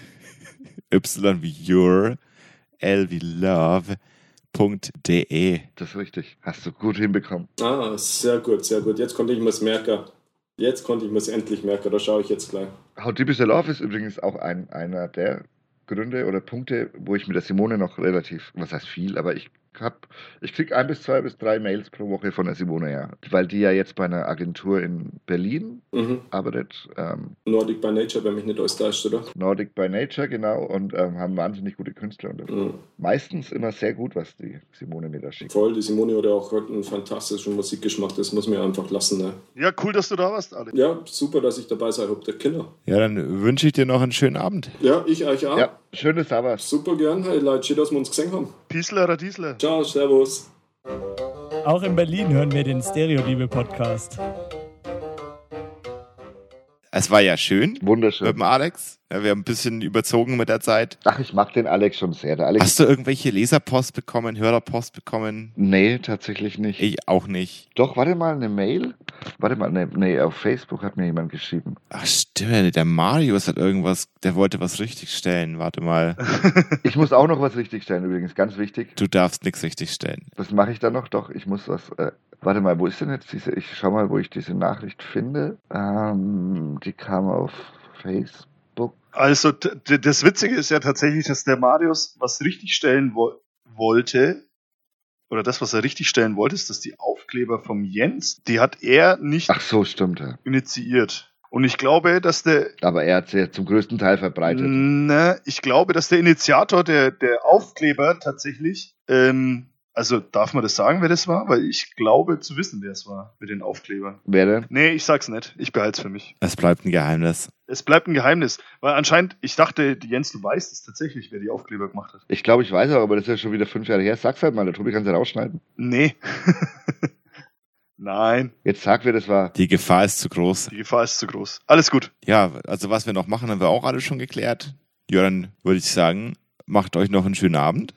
Y wie Your, L wie Love, .de. Das ist richtig. Hast du gut hinbekommen. Ah, sehr gut, sehr gut. Jetzt konnte ich mir's merken. Jetzt konnte ich mir's endlich merken. Da schaue ich jetzt gleich. How Deep Is Your Love ist übrigens auch einer der Gründe oder Punkte, wo ich mit der Simone noch relativ, was heißt viel, aber ich kriege 1 bis 2 bis 3 Mails pro Woche von der Simone, ja. Weil die ja jetzt bei einer Agentur in Berlin arbeitet. Nordic by Nature, wenn mich nicht alles täuscht, oder? Nordic by Nature, genau, und haben wahnsinnig gute Künstler. Und meistens immer sehr gut, was die Simone mir da schickt. Voll, die Simone hat ja auch einen fantastischen Musikgeschmack, das muss man ja einfach lassen. Ne? Ja, cool, dass du da warst, Alex. Ja, super, dass ich dabei sein habe, der Kinder. Ja, dann wünsche ich dir noch einen schönen Abend. Ja, ich euch auch. Ja, schön, dass du da warst. Super gern, hey Leute, schön, dass wir uns gesehen haben. Piesler, Radiesler. Ciao, servus. Auch in Berlin hören wir den Stereo-Liebe-Podcast. Es war ja schön. Wunderschön. Mit dem Alex. Ja, wir haben ein bisschen überzogen mit der Zeit. Ach, ich mag den Alex schon sehr. Der Alex. Hast du irgendwelche Leserpost bekommen, Hörerpost bekommen? Nee, tatsächlich nicht. Ich auch nicht. Doch, warte mal, eine Mail. Nee, auf Facebook hat mir jemand geschrieben. Ach stimmt, der Marius hat irgendwas, der wollte was richtigstellen. Warte mal. Ich muss auch noch was richtigstellen übrigens, ganz wichtig. Du darfst nichts richtigstellen. Was mache ich da noch? Doch, ich muss was... warte mal, wo ist denn jetzt diese... Ich schau mal, wo ich diese Nachricht finde. Die kam auf Facebook. Also, das Witzige ist ja tatsächlich, dass der Marius was richtigstellen wollte. Oder das, was er richtigstellen wollte, ist, dass die Aufkleber vom Jens, die hat er nicht Ach so, stimmt. Ja. initiiert. Und ich glaube, dass der... Aber er hat sie ja zum größten Teil verbreitet. Ne, ich glaube, dass der Initiator der Aufkleber tatsächlich... Also darf man das sagen, wer das war? Weil ich glaube zu wissen, wer es war mit den Aufklebern. Wer denn? Nee, ich sag's nicht. Ich behalte es für mich. Es bleibt ein Geheimnis. Es bleibt ein Geheimnis. Weil anscheinend, ich dachte, Jens, du weißt es tatsächlich, wer die Aufkleber gemacht hat. Ich glaube, ich weiß auch, aber das ist ja schon wieder 5 Jahre her. Sag's halt mal, der Tobi kann es ja rausschneiden. Nee. Nein. Jetzt sag, wer das war. Die Gefahr ist zu groß. Die Gefahr ist zu groß. Alles gut. Ja, also was wir noch machen, haben wir auch alle schon geklärt. Ja, dann würde ich sagen, macht euch noch einen schönen Abend.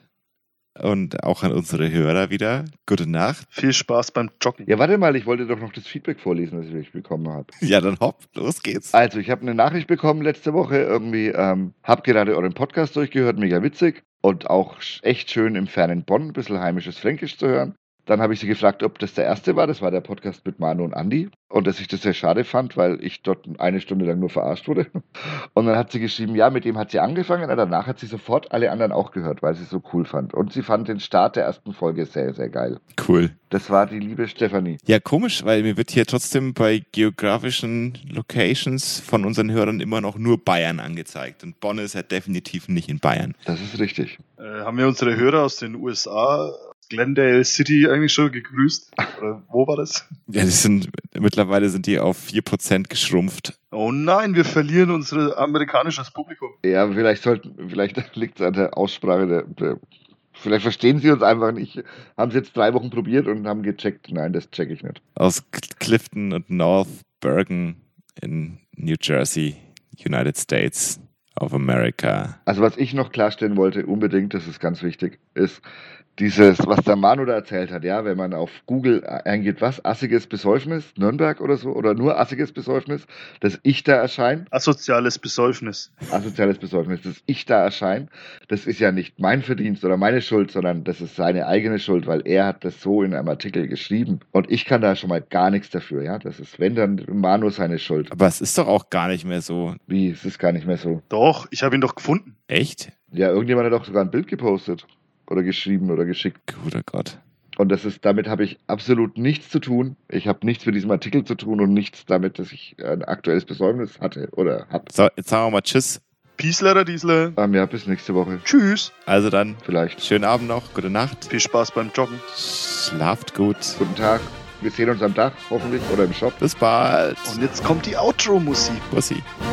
Und auch an unsere Hörer wieder. Gute Nacht. Viel Spaß beim Joggen. Ja, warte mal, ich wollte doch noch das Feedback vorlesen, das ich bekommen habe. Ja, dann hopp, los geht's. Also, ich habe eine Nachricht bekommen letzte Woche, irgendwie, hab gerade euren Podcast durchgehört, mega witzig und auch echt schön im fernen Bonn, ein bisschen heimisches Fränkisch zu hören. Dann habe ich sie gefragt, ob das der erste war. Das war der Podcast mit Manu und Andi. Und dass ich das sehr schade fand, weil ich dort 1 Stunde lang nur verarscht wurde. Und dann hat sie geschrieben, ja, mit dem hat sie angefangen. Und danach hat sie sofort alle anderen auch gehört, weil sie es so cool fand. Und sie fand den Start der ersten Folge sehr, sehr geil. Cool. Das war die liebe Stefanie. Ja, komisch, weil mir wird hier trotzdem bei geografischen Locations von unseren Hörern immer noch nur Bayern angezeigt. Und Bonn ist ja definitiv nicht in Bayern. Das ist richtig. Haben wir unsere Hörer aus den USA... Glendale City eigentlich schon gegrüßt? Oder wo war das? Ja, mittlerweile sind die auf 4% geschrumpft. Oh nein, wir verlieren unser amerikanisches Publikum. Ja, vielleicht liegt es an der Aussprache vielleicht verstehen sie uns einfach nicht. Haben sie jetzt 3 Wochen probiert und haben gecheckt. Nein, das check ich nicht. Aus Clifton und North Bergen in New Jersey, United States of America. Also was ich noch klarstellen wollte, unbedingt, das ist ganz wichtig, ist dieses, was der Manu da erzählt hat, ja, wenn man auf Google eingeht, was, assiges Besäufnis, Nürnberg oder so, oder nur assiges Besäufnis, dass ich da erscheine. Asoziales Besäufnis. Asoziales Besäufnis, dass ich da erscheine, das ist ja nicht mein Verdienst oder meine Schuld, sondern das ist seine eigene Schuld, weil er hat das so in einem Artikel geschrieben. Und ich kann da schon mal gar nichts dafür, ja. Das ist, wenn, dann Manu seine Schuld. Aber es ist doch auch gar nicht mehr so. Wie, es ist gar nicht mehr so. Doch, ich habe ihn doch gefunden. Echt? Ja, irgendjemand hat doch sogar ein Bild gepostet. Oder geschrieben oder geschickt. Guter Gott. Und damit habe ich absolut nichts zu tun. Ich habe nichts mit diesem Artikel zu tun und nichts damit, dass ich ein aktuelles Besäumnis hatte oder habe. So, jetzt sagen wir mal Tschüss. Piesler, Diesler. Ja, bis nächste Woche. Tschüss. Also dann, Vielleicht. schönen Abend noch, gute Nacht. Viel Spaß beim Joggen. Schlaft gut. Guten Tag. Wir sehen uns am Dach, hoffentlich, oder im Shop. Bis bald. Und jetzt kommt die Outro-Musik. Bussi.